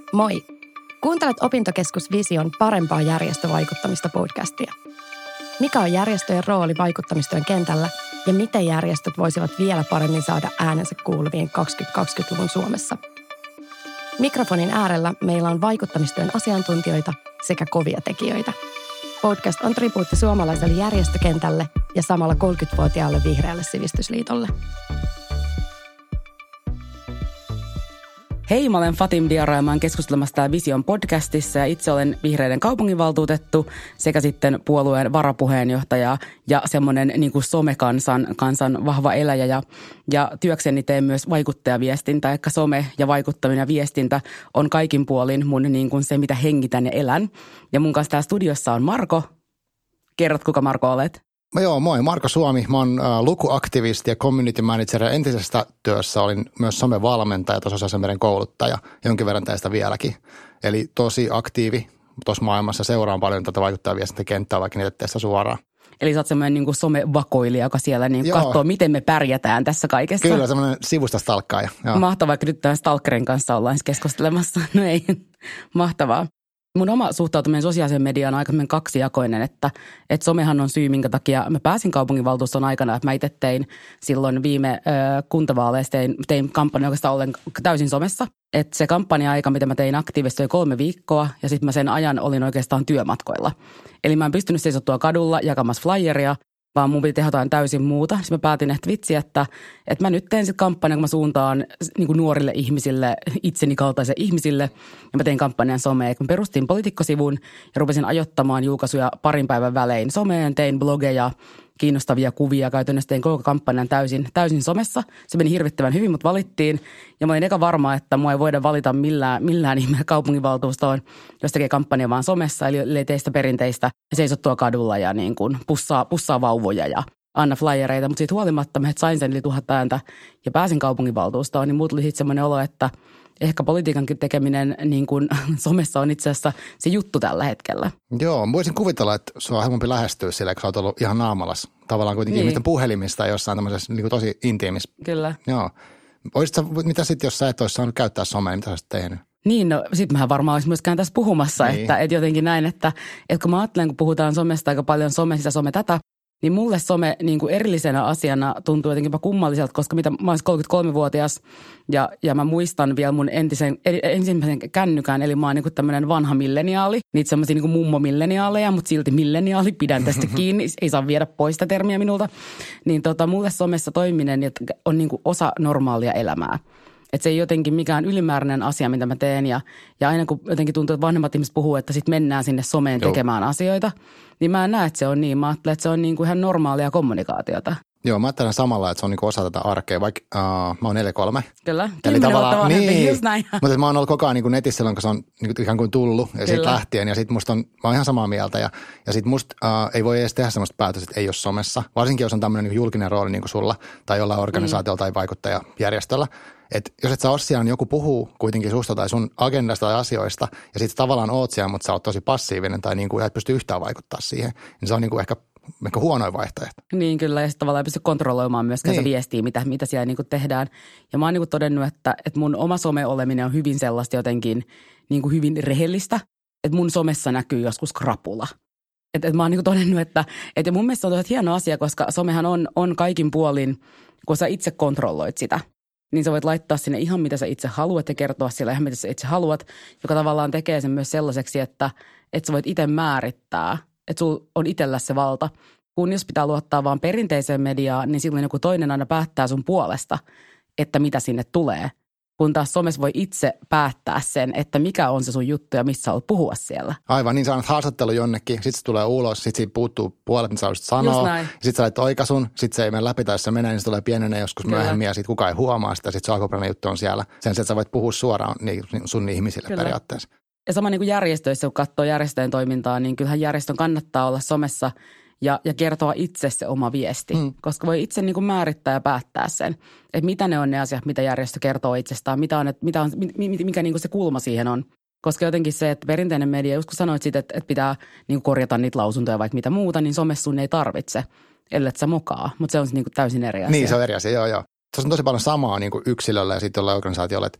Moi! Kuuntelet Opintokeskus Vision parempaa järjestövaikuttamista podcastia. Mikä on järjestöjen rooli vaikuttamistyön kentällä ja miten järjestöt voisivat vielä paremmin saada äänensä kuuluviin 2020-luvun Suomessa? Mikrofonin äärellä meillä on vaikuttamistyön asiantuntijoita sekä kovia tekijöitä. Podcast on tribuutti suomalaiselle järjestökentälle ja samalla 30-vuotiaalle Vihreälle sivistysliitolle. Hei, mä olen Fatim Diarra ja mä oon keskustelemassa täällä Vision podcastissa ja itse olen Vihreiden kaupunginvaltuutettu sekä sitten puolueen varapuheenjohtaja ja semmoinen niin kuin somekansan vahva eläjä ja työkseni teen myös vaikuttajaviestintä, eli some ja vaikuttaminen ja viestintä on kaikin puolin mun niin kuin se, mitä hengitän ja elän. Ja mun kanssa täällä studiossa on Marko. Kerrot, kuka Marko olet? Moi, Marko Suomi. Mä oon lukuaktivisti ja community manager ja entisestä työssä olin myös somevalmentaja, tosiasiassa meidän kouluttaja, jonkin verran tästä vieläkin. Eli tosi aktiivi tuossa maailmassa, seuraan paljon tätä vaikuttajaviestintäkenttää, vaikka niitä teistä suoraan. Eli sä oot semmoinen niin kuin somevakoilija, joka siellä niin katsoo, miten me pärjätään tässä kaikessa. Kyllä, semmoinen sivusta stalkkaaja. Mahtavaa, että nyt tämän stalkerin kanssa ollaan keskustelemassa. No ei, mahtavaa. Mun oma suhtautuminen sosiaaliseen mediaan on aika kaksijakoinen, että somehan on syy, minkä takia mä pääsin kaupunginvaltuuston aikana, että mä itse tein silloin viime kuntavaaleissa, tein kampanjan oikeastaan ollen täysin somessa. Että se kampanja-aika, mitä mä tein aktiivisesti, oli 3 viikkoa ja sitten mä sen ajan olin oikeastaan työmatkoilla. Eli mä en pystynyt seisottua kadulla jakamassa flyeria, vaan mun piti tehdä jotain täysin muuta. Sitten mä päätin, että vitsi, että mä nyt teen sitten kampanjan, kun mä suuntaan niin kuin nuorille ihmisille, itseni kaltaisille ihmisille. Ja mä tein kampanjan someen. Mä perustin poliitikkosivun ja rupesin ajoittamaan julkaisuja parin päivän välein someen. Tein blogeja, kiinnostavia kuvia. Käytännössä tein koko kampanjan täysin somessa. Se meni hirvittävän hyvin, mutta valittiin. Ja mä olin eka varma, että mua ei voida valita millään ihmeellä kaupunginvaltuustoon, jos tekee kampanja vaan somessa. Eli teistä perinteistä seisottua kadulla ja niin kuin pussaa vauvoja ja anna flyereita. Mutta siitä huolimatta mä sain sen yli 1000 ääntä ja pääsin kaupunginvaltuustoon, niin muut tuli sitten semmoinen olo, että ehkä politiikankin tekeminen niin kuin somessa on itse asiassa se juttu tällä hetkellä. Joo, voisin kuvitella, että sua on helpompi lähestyä sillä, kun sä oot ollut ihan naamalas. Tavallaan kuitenkin ihmisten puhelimista jossain tämmöisessä niin kuin tosi intiimissä. Kyllä. Joo. Mitä sitten, jos sä et olisi saanut käyttää somea, mitä sä olisit tehnyt? Niin, no sit mähän varmaan olisi myöskään tässä puhumassa, niin. että jotenkin näin, että kun mä ajattelen, kun puhutaan somesta aika paljon some sitä, some tätä, niin mulle some niin kuin erillisenä asiana tuntuu jotenkin kummalliselta, koska mä olen 33-vuotias ja mä muistan vielä mun ensimmäisen kännykään, eli mä oon niin kuin tämmöinen vanha milleniaali, niitä semmoisia niin kuin mummomilleniaaleja, mutta silti milleniaali, pidän tästä kiinni, ei saa viedä pois sitä termiä minulta. Niin mulle somessa toiminen on niin kuin osa normaalia elämää. Että se ei jotenkin mikään ylimääräinen asia, mitä mä teen ja aina kun jotenkin tuntuu, että vanhemmat ihmiset puhuu, että sitten mennään sinne someen tekemään asioita, niin mä en näe, että se on niin. Mä ajattelen, että se on niin kuin ihan normaalia kommunikaatiota. Joo, mä ajattelen samalla, että se on niin kuin osa tätä arkea, vaikka mä oon 4-3. Kyllä, 10 vuotta vanhempi, just näin. Mutta mä oon ollut koko ajan niin kuin netissä silloin, kun se on niin kuin ikään kuin tullut ja siitä lähtien. Ja sit musta mä oon ihan samaa mieltä ja sit musta ei voi edes tehdä semmoista päätöstä, että ei ole somessa. Varsinkin, jos on tämmöinen niin kuin julkinen rooli niin kuin sulla tai jollain organisaatiolla tai vaikuttajajärjestöllä. Että jos et sä ole siellä, niin joku puhuu kuitenkin susta tai sun agendasta tai asioista ja sit tavallaan oot siellä, mutta sä oot tosi passiivinen tai niin kuin et pysty yhtään vaikuttaa siihen, niin se on niin kuin ehkä huonoin vaihtoehto. Niin kyllä, ja sitten tavallaan ei pysty kontrolloimaan myöskään se viestiä, mitä siellä niin kuin tehdään. Ja mä oon niin kuin todennut, että mun oma some-oleminen on hyvin sellaista jotenkin niin kuin hyvin rehellistä, että mun somessa näkyy joskus krapula. Että mä oon niin kuin todennut, että mun mielestä on tosi hieno asia, koska somehan on kaikin puolin, kun sä itse kontrolloit sitä. Niin sä voit laittaa sinne ihan mitä sä itse haluat ja kertoa siellä ihan mitä sä itse haluat, joka tavallaan tekee sen myös sellaiseksi, että sä voit itse määrittää, että sulla on itsellä se valta. Kun jos pitää luottaa vaan perinteiseen mediaan, niin silloin joku toinen aina päättää sun puolesta, että mitä sinne tulee. Kun taas somessa voi itse päättää sen, että mikä on se sun juttu ja missä haluat puhua siellä. Aivan, niin sä annat haastattelu jonnekin, sitten se tulee ulos, sitten siitä puuttuu puolet, mitä sä haluaisit sanoa. Sitten sä laitat oikaisun, sitten se ei mene läpi tai jos se menee, niin se tulee pienenä joskus myöhemmin ja sitten kukaan ei huomaa sitä, sitten se alkuperäinen juttu on siellä. Sen sijaan, että sä voit puhua suoraan sun ihmisille periaatteessa. Ja sama niin kuin järjestöissä, kun katsoo järjestöjen toimintaa, niin kyllähän järjestön kannattaa olla somessa ja kertoa itse se oma viesti, koska voi itse niin kuin määrittää ja päättää sen, että mitä ne on ne asiat, mitä järjestö kertoo itsestään, mikä niin kuin se kulma siihen on. Koska jotenkin se, että perinteinen media, just kun sanoit siitä, että pitää niin kuin korjata niitä lausuntoja vaikka mitä muuta, niin somessa sun ei tarvitse, ellei sä mokaa, mutta se on niin kuin täysin eri asia. Niin, se on eri asia, joo. Se on tosi paljon samaa niin kuin yksilöllä ja sitten jollain organisaatiolla, että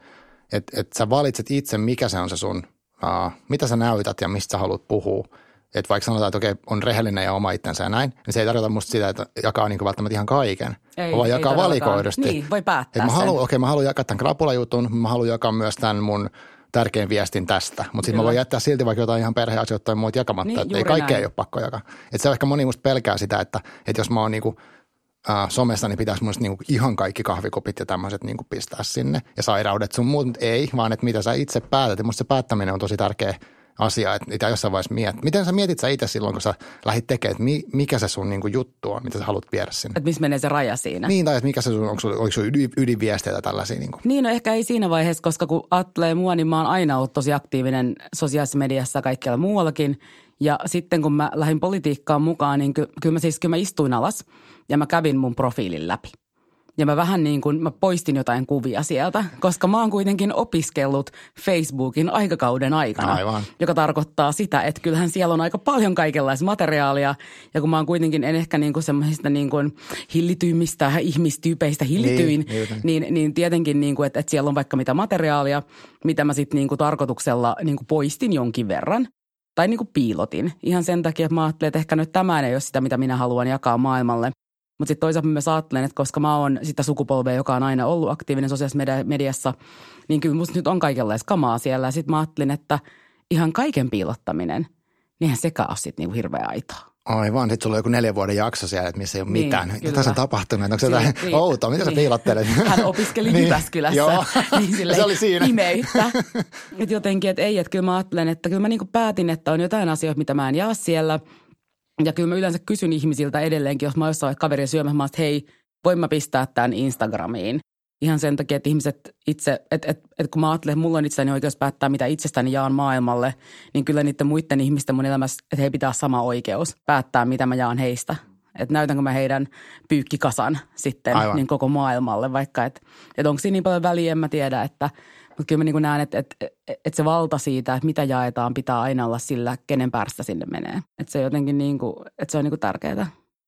että sä valitset itse, mikä se on se sun, mitä sä näytät ja mistä sä haluat puhua. Että vaikka sanotaan, että okei, on rehellinen ja oma itsensä ja näin, niin se ei tarkoita musta sitä, että jakaa niin kuin välttämättä ihan kaiken. Vaan jakaa valikoidusti. Niin, voi päättää mä haluan jakaa tämän krapulajutun, mä haluan jakaa myös tämän mun tärkein viestin tästä. Mutta sitten mä voin jättää silti vaikka jotain ihan perheasioita tai muut jakamatta, niin, että ei kaikkea ei ole pakko jakaa. Että se on ehkä moni musta pelkää sitä, että jos mä oon niinku somessa, niin pitäisi musta niinku ihan kaikki kahvikupit ja tämmöiset niinku pistää sinne. Ja sairaudet sun muut, ei, vaan että mitä sä itse päätät. Ja musta se päättäminen on tosi tärkeä asia, että niitä jossain vaiheessa mietit. Miten sä mietit sä itse silloin, kun sä lähdit tekemään, että mikä se sun niinku juttu on, mitä sä haluat viedä sinne? Että missä menee se raja siinä? Niin, tai että mikä se sun, oliko sun ydinviesteitä tällaisia? Niinku? Niin, no ehkä ei siinä vaiheessa, koska kun ajattelee mua, niin mä oon aina ollut tosi aktiivinen sosiaalisessa mediassa kaikkialla muuallakin. Ja sitten kun mä lähdin politiikkaan mukaan, niin kyllä mä istuin alas ja mä kävin mun profiilin läpi. Ja mä vähän niin kuin, mä poistin jotain kuvia sieltä, koska mä oon kuitenkin opiskellut Facebookin aikakauden aikana. Aivan. Joka tarkoittaa sitä, että kyllähän siellä on aika paljon kaikenlaista materiaalia. Ja kun mä oon kuitenkin en ehkä niin kuin semmoisista niin kuin hillityimmistä ihmistyypeistä hillityin, niin tietenkin niin kuin, että siellä on vaikka mitä materiaalia, mitä mä sitten niin kuin tarkoituksella niin kuin poistin jonkin verran. Tai niin kuin piilotin. Ihan sen takia, että mä ajattelin, että ehkä nyt tämä ei ole sitä, mitä minä haluan jakaa maailmalle. Mutta sitten toisaalta myös ajattelen, että koska mä oon sitä sukupolvea, joka on aina ollut aktiivinen sosiaalisessa mediassa, niin kyllä musta nyt on kaikenlaista kamaa siellä. Ja sitten mä ajattelin, että ihan kaiken piilottaminen, niinhän sekään ole sitten niinku hirveä aitoa. Aivan, sitten sulla on joku 4 vuoden jakso siellä, että missä ei ole mitään. Mitä tässä on tapahtunut? Onko se jotain outoa? Mitä sä piilottelet? Hän opiskeli Jyväskylässä. Niin se oli siinä. Imeyttä. Että jotenkin, että ei, että kyllä mä ajattelen, että kyllä mä niinku päätin, että on jotain asioita, mitä mä en jaa siellä. Ja kyllä mä yleensä kysyn ihmisiltä edelleenkin, jos mä oon jossain kaveria syömässä, että hei, voin mä pistää tämän Instagramiin. Ihan sen takia, että ihmiset itse, että kun mä ajattelen, että mulla on itsestäni oikeus päättää, mitä itsestäni jaan maailmalle, niin kyllä niiden muiden ihmisten mun elämässä, että he pitää sama oikeus päättää, mitä mä jaan heistä. Että näytänkö mä heidän pyykkikasan sitten niin koko maailmalle, vaikka että onko siinä niin paljon väliä, en mä tiedä, mutta kyllä mä niin kuin näen, että se valta siitä, että mitä jaetaan, pitää aina olla sillä, kenen päästä sinne menee. Että se jotenkin niin kuin, että se on niin kuin tärkeää.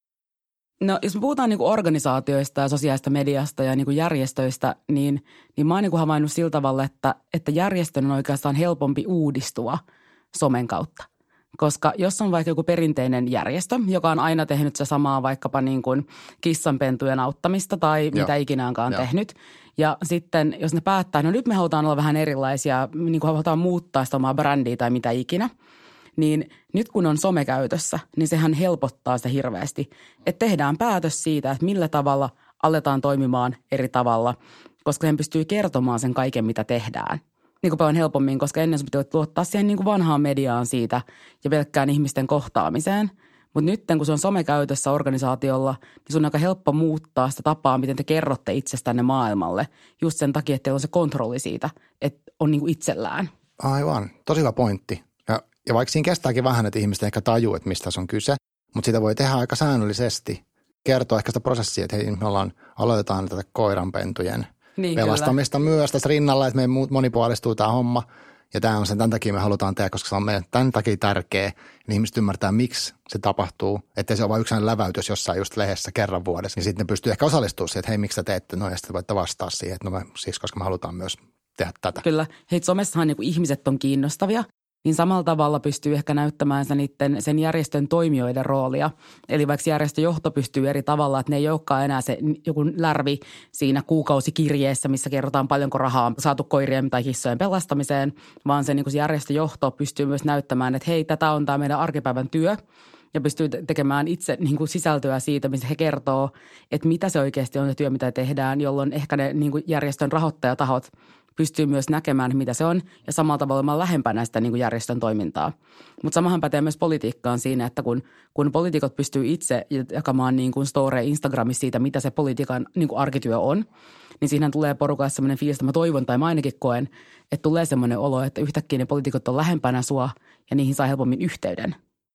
No jos me puhutaan niin kuin organisaatioista ja sosiaalista mediasta ja niin kuin järjestöistä, niin mä oon niin kuin havainnut sillä tavalla, että järjestön on oikeastaan helpompi uudistua somen kautta. Koska jos on vaikka joku perinteinen järjestö, joka on aina tehnyt se samaa vaikkapa niin kuin kissanpentujen auttamista tai mitä ikinä onkaan tehnyt. Ja sitten jos ne päättää, no nyt me halutaan olla vähän erilaisia, niin kuin halutaan muuttaa sitä omaa brändiä tai mitä ikinä. Niin nyt kun on some käytössä, niin sehän helpottaa sitä hirveästi. Että tehdään päätös siitä, että millä tavalla aletaan toimimaan eri tavalla, koska sen pystyy kertomaan sen kaiken, mitä tehdään. Niin kuin paljon helpommin, koska ennen sun pitää luottaa siihen niin kuin vanhaan mediaan siitä ja pelkkään ihmisten kohtaamiseen. Mutta nyt kun se on somekäytössä organisaatiolla, niin sun on aika helppo muuttaa sitä tapaa, miten te kerrotte itsestänne maailmalle. Just sen takia, että teillä on se kontrolli siitä, että on niin kuin itsellään. Aivan, tosi hyvä pointti. Ja vaikka siinä kestääkin vähän, että ihmiset ehkä tajuu, että mistä se on kyse, mutta sitä voi tehdä aika säännöllisesti. Kertoa ehkä sitä prosessia, että hei, aloitetaan tätä koiranpentujen pelastamista myös tässä rinnalla, että meidän monipuolistuu tämä homma. Ja tämä on sen, tämän takia me halutaan tehdä, koska se on meidän tämän takia tärkeä. Niin ihmiset ymmärtää, miksi se tapahtuu. Että se on vain yksi läväytys jossain just lehdessä kerran vuodessa. Niin sitten ne pystyy ehkä osallistumaan siihen, että hei, miksi te teette noin. Ja sitten voitte vastaa siihen, että siis koska me halutaan myös tehdä tätä. Kyllä. Hei, somessahan niin kuin ihmiset on kiinnostavia. Niin samalla tavalla pystyy ehkä näyttämään sen järjestön toimijoiden roolia. Eli vaikka järjestöjohto pystyy eri tavalla, että ne ei olekaan enää se joku lärvi siinä kuukausikirjeessä, missä kerrotaan paljonko rahaa saatu koirien tai kissojen pelastamiseen, vaan se, niin kuin se järjestöjohto pystyy myös näyttämään, että hei, tätä on tämä meidän arkipäivän työ. Ja pystyy tekemään itse niin kuin sisältöä siitä, missä he kertoo, että mitä se oikeasti on se työ, mitä tehdään, jolloin ehkä ne niin kuin järjestön rahoittajatahot pystyy myös näkemään, mitä se on, ja samalla tavalla olemaan lähempänä sitä niin kuin järjestön toimintaa. Mutta samahan pätee myös politiikkaan siinä, että kun poliitikot pystyy itse jakamaan niin kuin story Instagramissa siitä, mitä se politiikan niin kuin arkityö on, niin siinähän tulee porukassa sellainen fiilis, että mä toivon tai mä ainakin koen, että tulee semmoinen olo, että yhtäkkiä ne poliitikot on lähempänä sua ja niihin saa helpommin yhteyden.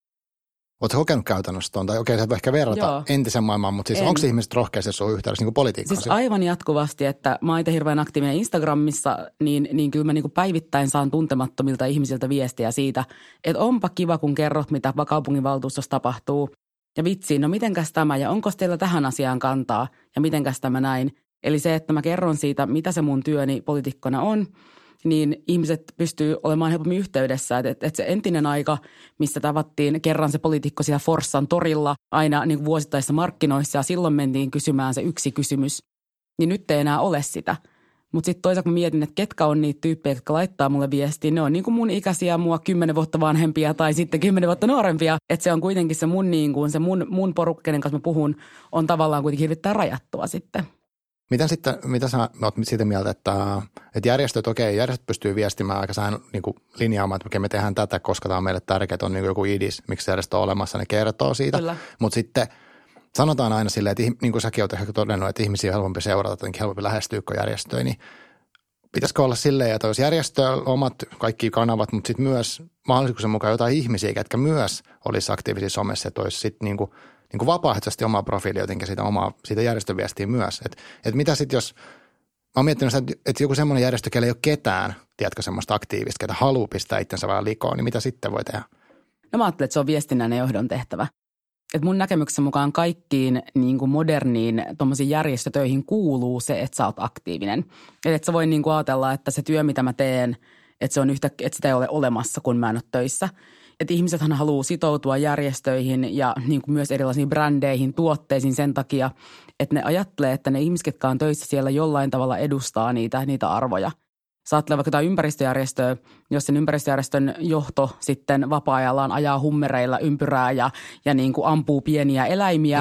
Oletko kokenut käytännössä tuon? Tai okei, sä et ehkä verrata entisen maailmaan, mutta siis onko ihmiset rohkeasti sun yhteydessä niin kuin politiikkaan? Siis aivan jatkuvasti, että mä oon itse hirveän aktiivinen Instagramissa, niin kyllä mä niin kuin päivittäin saan tuntemattomilta ihmisiltä viestiä siitä, että onpa kiva, kun kerrot, mitä kaupunginvaltuustossa tapahtuu. Ja vitsi, no mitenkäs tämä ja onko teillä tähän asiaan kantaa ja mitenkäs tämä näin. Eli se, että mä kerron siitä, mitä se mun työni poliitikkona on niin ihmiset pystyy olemaan helpommin yhteydessä. Että se entinen aika, missä tavattiin kerran se poliitikko siellä Forssan torilla aina niin vuosittaisissa markkinoissa ja silloin mentiin kysymään se yksi kysymys, niin nyt ei enää ole sitä. Mutta sitten toisaalta mä mietin, että ketkä on niitä tyyppejä, jotka laittaa mulle viestiä. Ne on niin kuin mun ikäisiä, mua 10 vuotta vanhempia tai sitten 10 vuotta nuorempia. Että se on kuitenkin se mun, niin kuin, se mun porukkeiden kanssa mä puhun, on tavallaan kuitenkin hirvittäin rajattua sitten. Mitä sä oot siitä mieltä, että järjestöt pystyy viestimään aika sään niin kuin linjaamaan, että me tehdään tätä, koska tämä on meille tärkeää, on niin kuin joku idis, miksi järjestö on olemassa, ne kertoo siitä. Mutta sitten sanotaan aina silleen, että niin kuin säkin oot ehkä todennut, että ihmisiä on helpompi seurata, jotenkin helpompi lähestyä kuin järjestöjä, niin pitäisikö olla silleen, että olisi järjestöllä omat kaikki kanavat, mutta sitten myös mahdollisuuksien mukaan jotain ihmisiä, jotka myös olisi aktiivisia somessa, että olisi sitten niin kuin vapaaehtoisesti oma profiili jotenkin siitä järjestöviestiä myös. Että mitä sitten jos, mä oon miettinyt, että joku semmoinen järjestö, kelle ei ole ketään, tiedätkö, semmoista aktiivista, ketä haluaa pistää itsensä vähän likoon, niin mitä sitten voi tehdä? No mä ajattelen, että se on viestinnän ja johdon tehtävä. Et mun näkemyksen mukaan kaikkiin niin kuin moderniin tuommoisiin järjestötöihin kuuluu se, että sä oot aktiivinen. Että sä voi niin kuin ajatella, että se työ, mitä mä teen, että sitä ei ole olemassa, kun mä en ole töissä. Että ihmisethän haluaa sitoutua järjestöihin ja niin kuin myös erilaisiin brändeihin, tuotteisiin sen takia, että ne ajattelee, että ne ihmiset, jotka on töissä siellä jollain tavalla edustaa niitä arvoja. Saattelee vaikka jotain ympäristöjärjestöä, jos sen ympäristöjärjestön johto sitten vapaa-ajallaan ajaa hummereilla ympyrää ja niin kuin ampuu pieniä eläimiä,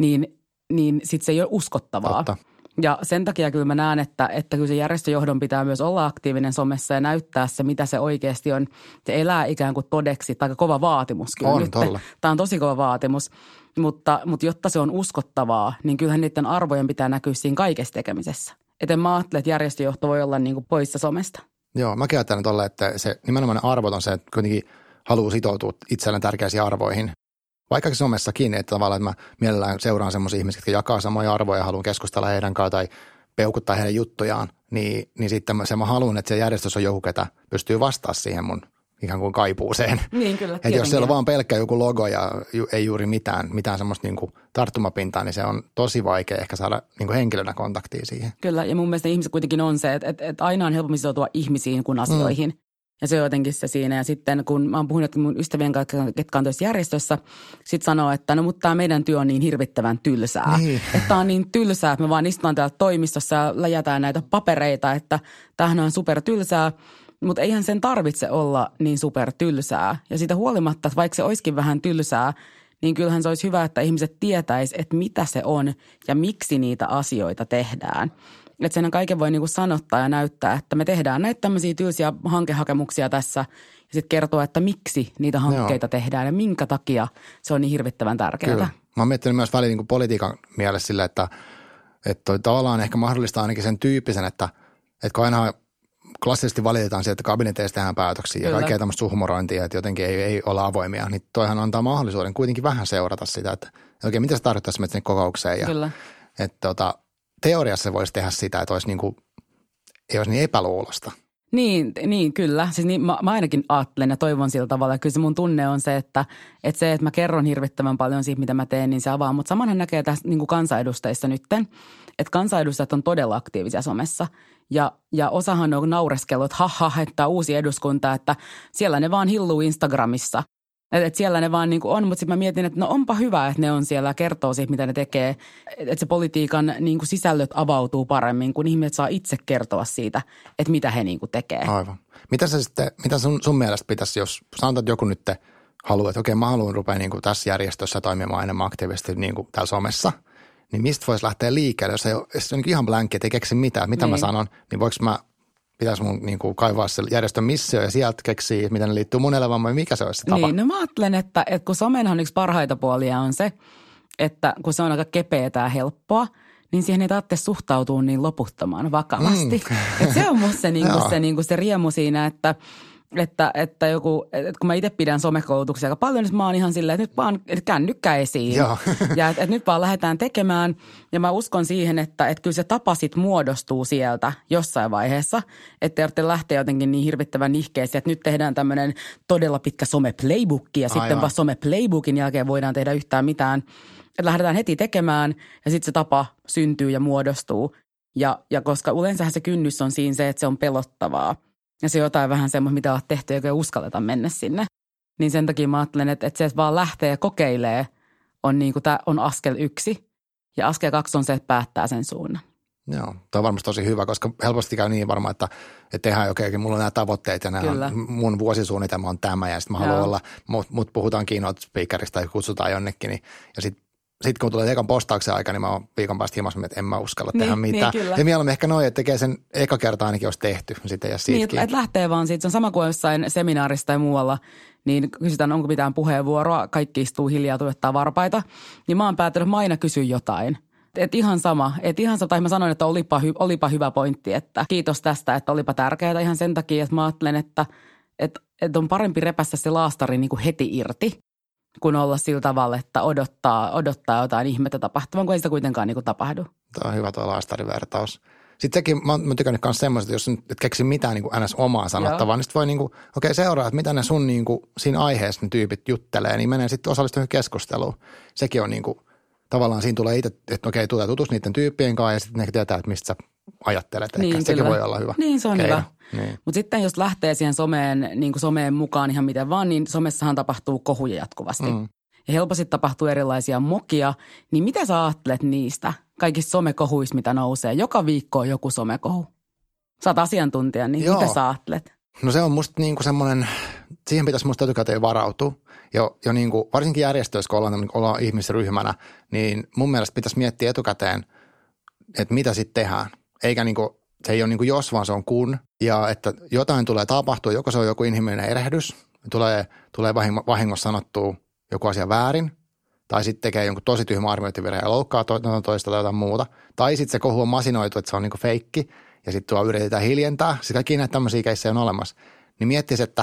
niin sitten se ei ole uskottavaa. Totta. Ja sen takia kyllä mä näen, että kyllä se järjestöjohdon pitää myös olla aktiivinen somessa ja näyttää se, mitä se oikeasti on. Se elää ikään kuin todeksi. Tämä on aika kova vaatimus kyllä on, nyt. Tämä on tosi kova vaatimus, mutta jotta se on uskottavaa, niin kyllähän niiden arvojen pitää näkyä siinä kaikessa tekemisessä. Että mä ajattelen, että järjestöjohto voi olla niin kuin poissa somesta. Joo, mäkin ajattelen tolle, että se nimenomaan arvot on se, että kuitenkin haluaa sitoutua itselleen tärkeisiin arvoihin. Vaikka somessakin, että tavallaan että mä mielellään seuraan semmoisia ihmisiä, jotka jakaa samoja arvoja ja haluan keskustella heidän kanssaan tai peukuttaa heidän juttujaan, niin sitten mä haluan, että se järjestössä on joku, ketä pystyy vastaamaan siihen mun ikään kuin kaipuuseen. Niin kyllä. Että jos siellä on vaan pelkkä joku logo ja ei juuri mitään semmoista niin kuin tarttumapintaa, niin se on tosi vaikea ehkä saada niin kuin henkilönä kontaktia siihen. Kyllä, ja mun mielestä ihmiset kuitenkin on se, että aina on helpommin sitoutua ihmisiin kuin asioihin. Ja se on jotenkin se siinä. Ja sitten kun mä oon puhunut mun ystävien kanssa, ketkä on tuossa järjestössä, sit sanoo, että no mutta tämä meidän työ on niin hirvittävän tylsää. Niin. Että on niin tylsää, että me vaan istutaan täällä toimistossa ja läjätään näitä papereita, että tämähän on super tylsää. Mutta eihän sen tarvitse olla niin super tylsää. Ja siitä huolimatta, että vaikka se olisikin vähän tylsää, niin kyllähän se olisi hyvä, että ihmiset tietäis, että mitä se on ja miksi niitä asioita tehdään. Että sen kaiken voi niinku sanottaa ja näyttää, että me tehdään näitä tämmöisiä tylsiä hankehakemuksia tässä ja sitten kertoa, että miksi niitä hankkeita tehdään ja minkä takia se on niin hirvittävän tärkeää. Kyllä. Mä oon miettinyt myös väliin niin politiikan mielessä sille, että tavallaan ehkä mahdollista ainakin sen tyyppisen, että kun aina klassisesti valitetaan siitä, että kabineteissa tehdään päätöksiä ja kaikkea tämmöistä suhmurointia, että jotenkin ei olla avoimia, niin toihan antaa mahdollisuuden kuitenkin vähän seurata sitä, että oikein mitä se tarkoittaa, jos menet kokoukseen ja että teoriassa se voisi tehdä sitä, että ei olisi niin epäluulosta. Niin kyllä. Siis mä ainakin ajattelen ja toivon sillä tavalla. Kyllä se mun tunne on se, että mä kerron hirvittävän paljon siitä, mitä mä teen, niin se avaa. Mutta samanhan näkee tässä niin kuin kansanedustajissa nytten, että kansanedustajat on todella aktiivisia somessa. Ja osahan on naureskellut, että että uusi eduskunta, että siellä ne vaan hilluu Instagramissa. Että siellä ne vaan niin kuin on, mutta sitten mä mietin, että no onpa hyvä, että ne on siellä ja kertoo siitä, mitä ne tekee. Että se politiikan niin kuin sisällöt avautuu paremmin, kun ihmiset saa itse kertoa siitä, että mitä he niin kuin tekee. Aivan. Mitä sun mielestä pitäisi, jos sanotaan, että joku nyt haluaa, että okei, mä haluan rupea niin kuin tässä järjestössä toimimaan enemmän aktiivisesti niin kuin täällä somessa, niin mistä voisi lähteä liikkeelle, jos se on ihan blankki, että ei keksi mitään, mitä mä sanon, niin pitäisi mun niin kuin kaivaa se järjestön missio ja sieltä keksiä, miten ne liittyy mun elämään vai mikä se olisi se tapa? Niin, no mä ajattelen, että kun somenhan yksi parhaita puolia on se, että kun se on aika kepeätä ja helppoa, niin siihen ei tarvitse suhtautua niin loputtoman vakavasti. Että se on musta se riemu siinä, että kun mä itse pidän somekoulutuksia aika paljon, niin mä oon ihan silleen, että nyt vaan kännykkä esiin. Ja että nyt vaan lähdetään tekemään. Ja mä uskon siihen, että kyllä se tapa sit muodostuu sieltä jossain vaiheessa. Että te lähtee jotenkin niin hirvittävän nihkeästi, että nyt tehdään tämmöinen todella pitkä some-playbook. Ja sitten vaan some-playbookin jälkeen voidaan tehdä yhtään mitään. Että lähdetään heti tekemään ja sitten se tapa syntyy ja muodostuu. Ja koska yleensähän se kynnys on siinä se, että se on pelottavaa. Ja se on jotain vähän semmoista, mitä olet tehty, eikä uskalleta mennä sinne. Niin sen takia mä ajattelen, että se, että vaan lähtee ja kokeilee, on, niin kuin, on askel 1. Ja askel 2 on se, että päättää sen suunnan. Joo, tämä on varmasti tosi hyvä, koska helposti käy niin varmaan, että tehdään okei, mulla on nämä tavoitteet ja mun vuosisuunnitelma on tämä ja sitten mä haluan olla, mut puhutaan keynote speakerista tai kutsutaan jonnekin. Niin, ja sitten kun tulee ekan postauksen aika, niin mä oon viikon päästä himassa, että en mä uskalla tehdä mitään. Niin, ja mieluummin ehkä noin, että tekee sen eka kerta ainakin, jos tehty. Sitten ja niin, että lähtee vaan siitä. Se on sama kuin jossain seminaarissa tai muualla, niin kysytään, onko mitään puheenvuoroa. Kaikki istuu hiljaa, tuottaa varpaita. Niin mä oon päättänyt, että mä aina kysyn jotain. Että ihan sama, tai mä sanoin, että olipa hyvä pointti, että kiitos tästä, että olipa tärkeää ihan sen takia, että mä ajattelen, että on parempi repästä se laastari niin kuin heti irti, kun olla sillä tavalla, että odottaa jotain ihmettä tapahtuvan, kun ei sitä kuitenkaan niin kuin tapahdu. Tämä on hyvä tuo laastarivertaus. Sitten sekin, mä oon tykännyt myös semmoista, jos et keksi mitään niin kuin ns. Omaa sanottavaa, niin sitten voi niin kuin, seuraa, että mitä ne sun niin kuin, siinä aiheessa ne tyypit juttelee, niin menee sitten osallistumaan keskusteluun. Sekin on niin kuin, tavallaan siinä tulee itse, että tulee tutus niiden tyyppien kanssa ja sitten ne tietää, että mistä sä ajattelet. Niin, ehkä sekin voi olla hyvä. Niin, se on hyvä. Niin. Mutta sitten jos lähtee siihen someen mukaan ihan miten vaan, niin somessahan tapahtuu kohuja jatkuvasti. Ja helposti tapahtuu erilaisia mokia. Niin mitä sä ajattelet niistä kaikista somekohuista, mitä nousee? Joka viikko on joku somekohu. Sä oot asiantuntija, niin mitä sä ajattelet? No se on musta niinku semmoinen, siihen pitäisi musta etukäteen varautua. Jo niinku, varsinkin järjestöissä, kun ollaan ihmisryhmänä, niin mun mielestä pitäisi miettiä etukäteen, että mitä sitten tehdään. Eikä niinku, se ei ole niinku jos, vaan se on kun. Ja että jotain tulee tapahtua, joko se on joku inhimillinen erehdys, tulee vahingossa sanottua joku asia väärin, tai sitten tekee jonkun tosi tyhmä arviointivirhe ja loukkaa toista tai jotain muuta. Tai sitten se kohu on masinoitu, että se on niinku feikki, ja sitten tuo yritetään hiljentää. Sitten kaikki näitä tämmöisiä keissejä on olemassa. Niin miettisi, että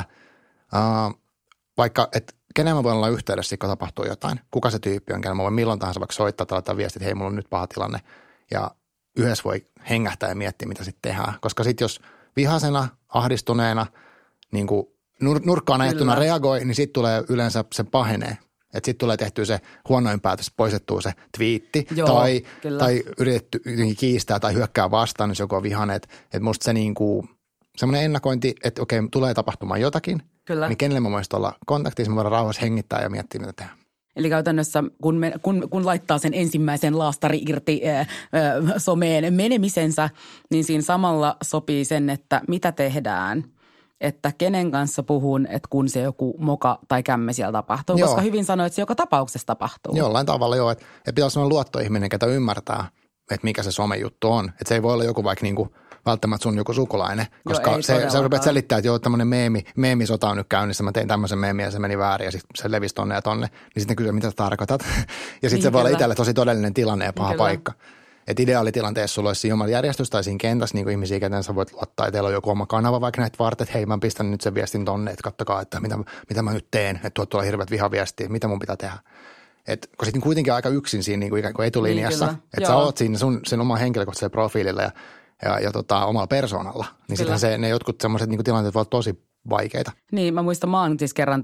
vaikka, että kenen mä voin olla yhteydessä, kun tapahtuu jotain. Kuka se tyyppi on, kenen mä voin milloin tahansa vaikka soittaa tai laittaa viestit, että hei, mulla on nyt paha tilanne. Ja yhdessä voi hengähtää ja miettiä, mitä sitten tehdään. Koska sitten jos vihasena, ahdistuneena, niin kuin nurkkaan ajettuna reagoi, niin sitten tulee yleensä se pahenee. Että sitten tulee tehtyä se huonoin päätös, poistettua se twiitti tai yritetty kiistää tai hyökkää vastaan, jos joku on vihainen. Että musta se niinku, semmoinen ennakointi, että okei, tulee tapahtumaan jotakin, niin kenelle mä voisin olla kontaktissa, mä voidaan rauhassa hengittää ja miettiä, mitä tehdään. Eli käytännössä, kun laittaa sen ensimmäisen laastari irti someen menemisensä, niin siinä samalla sopii sen, että mitä tehdään, että kenen kanssa puhun, että kun se joku moka tai kämme siellä tapahtuu. Koska hyvin sanoit, että se joka tapauksessa tapahtuu. Jollain tavalla joo, että pitää olla sellainen luottoihminen, ketä ymmärtää, että mikä se somejuttu on. Että se ei voi olla joku vaikka niinku välttämättä sun joku sukulainen, koska sä rupeat selittämään, että joo, tämmöinen meemisota on nyt käynnissä, mä tein tämmöisen meemin ja se meni väärin ja sitten se levisi tonne ja tonne. Niin sitten kysyy, mitä sä tarkoitat. Ja sitten se voi olla itselle tosi todellinen tilanne ja paha paikka. Että ideaalitilanteessa sulla olisi siinä oma järjestys tai siinä kentässä niin kuin ihmisiä, keten sä voit luottaa, että teillä on joku oma kanava vaikka näitä varten, että hei, mä pistän nyt sen viestin tonne, että kattokaa, että mitä mä nyt teen, että tuot tulee hirveät vihaviestiä, mitä mun pitää tehdä. Että kun sitten kuitenkin aika yksin siinä niin kuin ikään kuin etulinjassa, niin että sä oot siinä sen oman henkilökohtaisella profiililla ja omalla persoonalla, niin sitten ne jotkut semmoiset niin kuin tilanteet voivat tosi vaikeita. Niin, mä muistan, mä oon siis kerran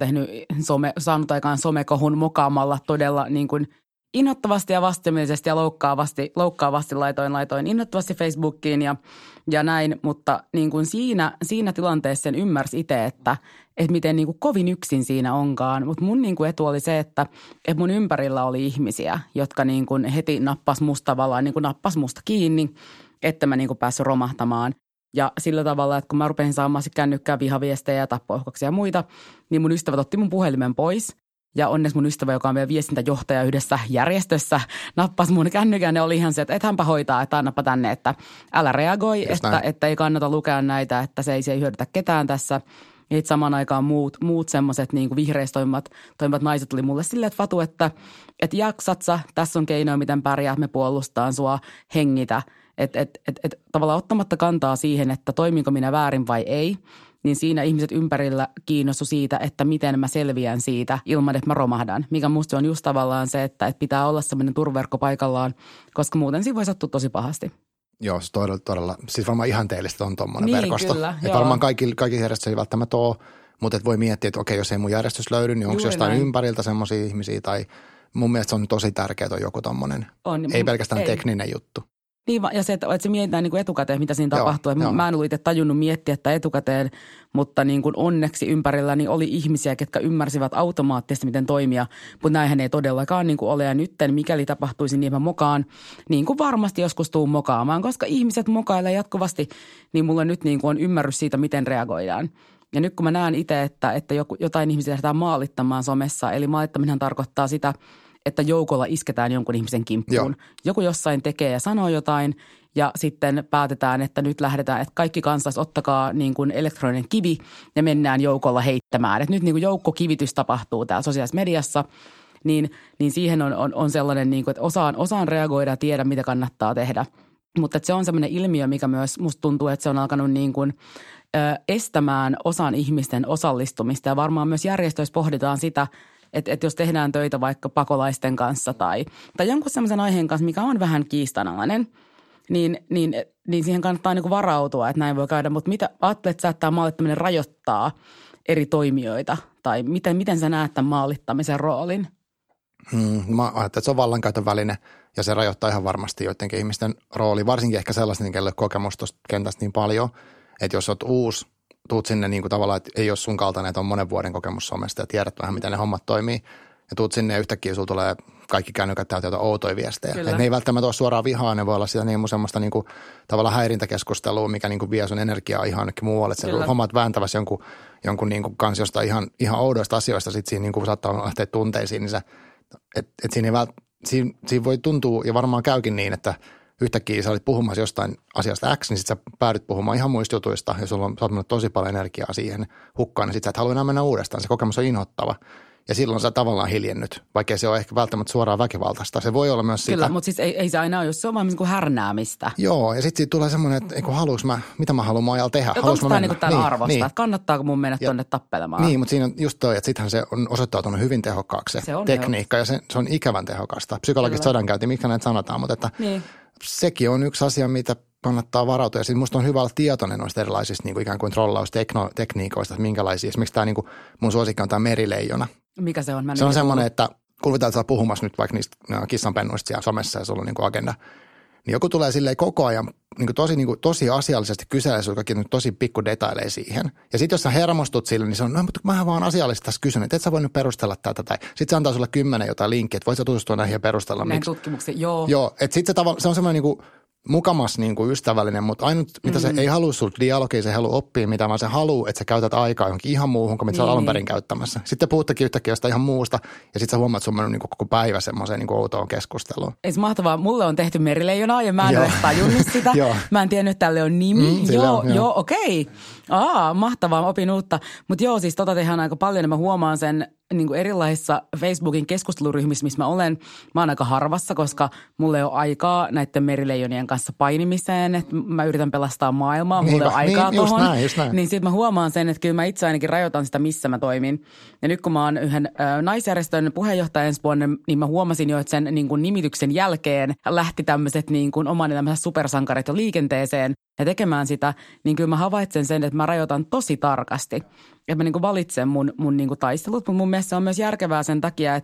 saanut aikaan somekohun mokaamalla todella niin kuin innoittavasti ja vastenmielisesti ja loukkaavasti laitoin innoittavasti Facebookiin ja näin, mutta niin kuin siinä tilanteessa sen ymmärsi itse, että miten niin kuin kovin yksin siinä onkaan. Mutta mun niin kuin etu oli se, että mun ympärillä oli ihmisiä, jotka niin kuin heti nappasi musta kiinni, että mä niin kuin päässyt romahtamaan. Ja sillä tavalla, että kun mä rupesin saamaan kännykkää vihaviestejä ja tappouhkauksia ja muita, niin mun ystävät otti mun puhelimen pois. Ja onneksi mun ystävä, joka on vielä viestintäjohtaja yhdessä järjestössä, nappasi mun kännykän ja oli ihan se, että et hänpä hoitaa, että annapa tänne, että älä reagoi, että ei kannata lukea näitä, että se ei hyödytä ketään tässä. Ja samaan aikaan muut semmoiset niin kuin vihreissä toimivat naiset tuli mulle silleen, että Fatu, että jaksat sä, tässä on keinoja, miten pärjää, me puolustaan sua, hengitä. Että tavallaan ottamatta kantaa siihen, että toiminko minä väärin vai ei, niin siinä ihmiset ympärillä kiinnostu siitä, että miten mä selviän siitä ilman, että mä romahdan. Mikä musta on just tavallaan se, että pitää olla semmoinen turvaverkko paikallaan, koska muuten siinä voi sattua tosi pahasti. Joo, se todella. Siis varmaan ihanteellista on tuommoinen verkosto. Kyllä, että varmaan kaikki järjestöt ei välttämättä ole, mutta et voi miettiä, että okei, jos ei mun järjestys löydy, niin onko jostain ympäriltä semmoisia ihmisiä tai mun mielestä se on tosi tärkeää, että on joku tommoinen, ei pelkästään tekninen juttu. Niin, ja se, että se mietitään niin kuin etukäteen, mitä siinä tapahtuu. Mä en ollut itse tajunnut miettiä että etukäteen, mutta niin kuin onneksi ympärilläni oli ihmisiä, ketkä ymmärsivät automaattisesti, miten toimia. Mutta näinhän ei todellakaan niin kuin ole. Ja nytten, mikäli tapahtuisi, niin mä mokaan, niin kuin varmasti joskus tuun mokaamaan. Koska ihmiset mokailee jatkuvasti, niin mulla nyt niin kuin on ymmärrys siitä, miten reagoidaan. Ja nyt kun mä näen itse, että jotain ihmisiä lähdetään maalittamaan somessa, eli maalittaminen tarkoittaa sitä, että joukolla isketään jonkun ihmisen kimppuun. Joo. Joku jossain tekee ja sanoo jotain ja sitten päätetään, että nyt lähdetään, että kaikki kansalaiset ottakaa niin kuin elektroninen kivi ja mennään joukolla heittämään. Että nyt niin kuin joukkokivitys tapahtuu täällä sosiaalisessa mediassa, niin siihen on sellainen, niin kuin, että osaan reagoida ja tiedä, mitä kannattaa tehdä. Mutta se on sellainen ilmiö, mikä myös musta tuntuu, että se on alkanut niin kuin estämään osan ihmisten osallistumista ja varmaan myös järjestöissä pohditaan sitä, että jos tehdään töitä vaikka pakolaisten kanssa tai jonkun sellaisen aiheen kanssa, mikä on vähän kiistanalainen, niin siihen kannattaa niin kuin varautua, että näin voi käydä. Mutta mitä ajattelet sä, että tämä maalittaminen rajoittaa eri toimijoita tai miten sä näet tämän maalittamisen roolin? Mä ajattelen, että se on vallankäytön väline ja se rajoittaa ihan varmasti joidenkin ihmisten rooli, varsinkin ehkä sellaisten, kenelle kokemus tuosta kentästä niin paljon, että jos olet uusi, tuut sinne niin kuin tavallaan, että ei ole sun kaltainen, että on monen vuoden kokemus somesta ja tiedät vähän, miten ne hommat toimii. Ja tuut sinne ja yhtäkkiä sulla tulee kaikki kännykät täytyy jotain outoja viestejä. Että ne ei välttämättä ole suoraan vihaa, ne voi olla sitä niin semmoista niin kuin, tavallaan häirintäkeskustelua, mikä niin kuin vie sun energiaa ihan jonnekin muualle. Että sä hommat vääntävässä jonkun niin kuin kanssa jostain ihan oudoista asioista, sitten siinä niin kuin saattaa lähteä tunteisiin, niin siinä voi tuntua ja varmaan käykin niin, että yhtäkkiä sä olit puhumassa jostain asiasta X, niin sit sä päädyt puhumaan ihan muista jutuista ja sä oot mennyt tosi paljon energiaa siihen hukkaan, niin sit sä et halua enää mennä uudestaan. Se kokemus on inhottava. Ja silloin sä tavallaan hiljennyt, vaikkei se ole ehkä välttämättä suoraan väkivaltaista. Se voi olla myös sitä. Kyllä, mutta siis ei se aina ole, jos se on vaan niin kuin härnäämistä. Joo, ja sitten siitä tulee semmoinen, että mitä mä haluan ajalla tehdä. Onko tämä niin kuin täällä arvostaa, että kannattaako mun mennä tuonne tappelemaan? Niin, mutta siinä on just toi, että sittenhän se on osoittautunut hyvin tehokkaaksi se tekniikka ja se on ikävän tehokasta. Psykologista sodankäyntiä, mitkä näitä sanotaan, mutta että sekin on yksi asia, mitä kannattaa varautua. Ja sitten musta on hyvä olla tietoinen noista erilaisista niin kuin ikään kuin trollaustekniikoista, että minkälaisia. Esimerkiksi tämä niin kuin mun suosikki on tämä merileijona. Mikä se on? Se on semmoinen, että kuvitellaan, että sä puhumassa nyt vaikka niistä kissanpennuista siellä somessa ja sulla on niin kuin agenda. Niin joku tulee silleen koko ajan tosi asiallisesti kyselee sulta nyt tosi pikku detaileja siihen. Ja sitten jos sä hermostut sille, niin se on, no mutta mähän vaan asiallisesti tässä kysyn, että et sä voi nyt perustella tätä. Tai sitten se antaa sulle 10 jotain linkkiä, että voit sä tutustua näihin ja perustella. Näin tutkimuksia, joo. Joo, että sitten se on semmoinen niin kuin mukamas niin kuin ystävällinen, mutta ainut, mitä se ei halua sulta dialogia, se ei halua oppia mitään, vaan se haluaa, että sä käytät aikaa johonkin ihan muuhun, kuin mitä sä olet alun perin käyttämässä. Sitten puhuttekin yhtäkkiä jostain ihan muusta, ja sitten sä huomaat, että sun on mennyt niin kuin koko päivä semmoiseen niin kuin outoon keskusteluun. Ei se mahtavaa. Mulle on tehty merileijonaa, ja mä en ole tajunnut sitä. Mä en tiennyt, että tälle on nimi. Joo, okei. Mahtavaa, opin uutta. Mutta joo, siis tehdään aika paljon, ja mä huomaan sen niin kuin erilaisissa Facebookin keskusteluryhmissä, missä mä oon aika harvassa, koska mulla ei ole aikaa näiden merileijonien kanssa painimiseen, että mä yritän pelastaa maailmaa, mulla ei ole aikaa tohon. Niin sitten mä huomaan sen, että kyllä mä itse ainakin rajoitan sitä, missä mä toimin. Ja nyt kun mä oon yhden naisjärjestön puheenjohtaja ensi vuonna, niin mä huomasin jo, että sen niin kuin nimityksen jälkeen lähti tämmöiset niin kuin oman tämmöiset supersankarit jo liikenteeseen ja tekemään sitä, niin kyllä mä havaitsen sen, että mä rajoitan tosi tarkasti. Että mä niin kuin valitsen mun niin kuin taistelut, mutta mun mielestä se on myös järkevää sen takia,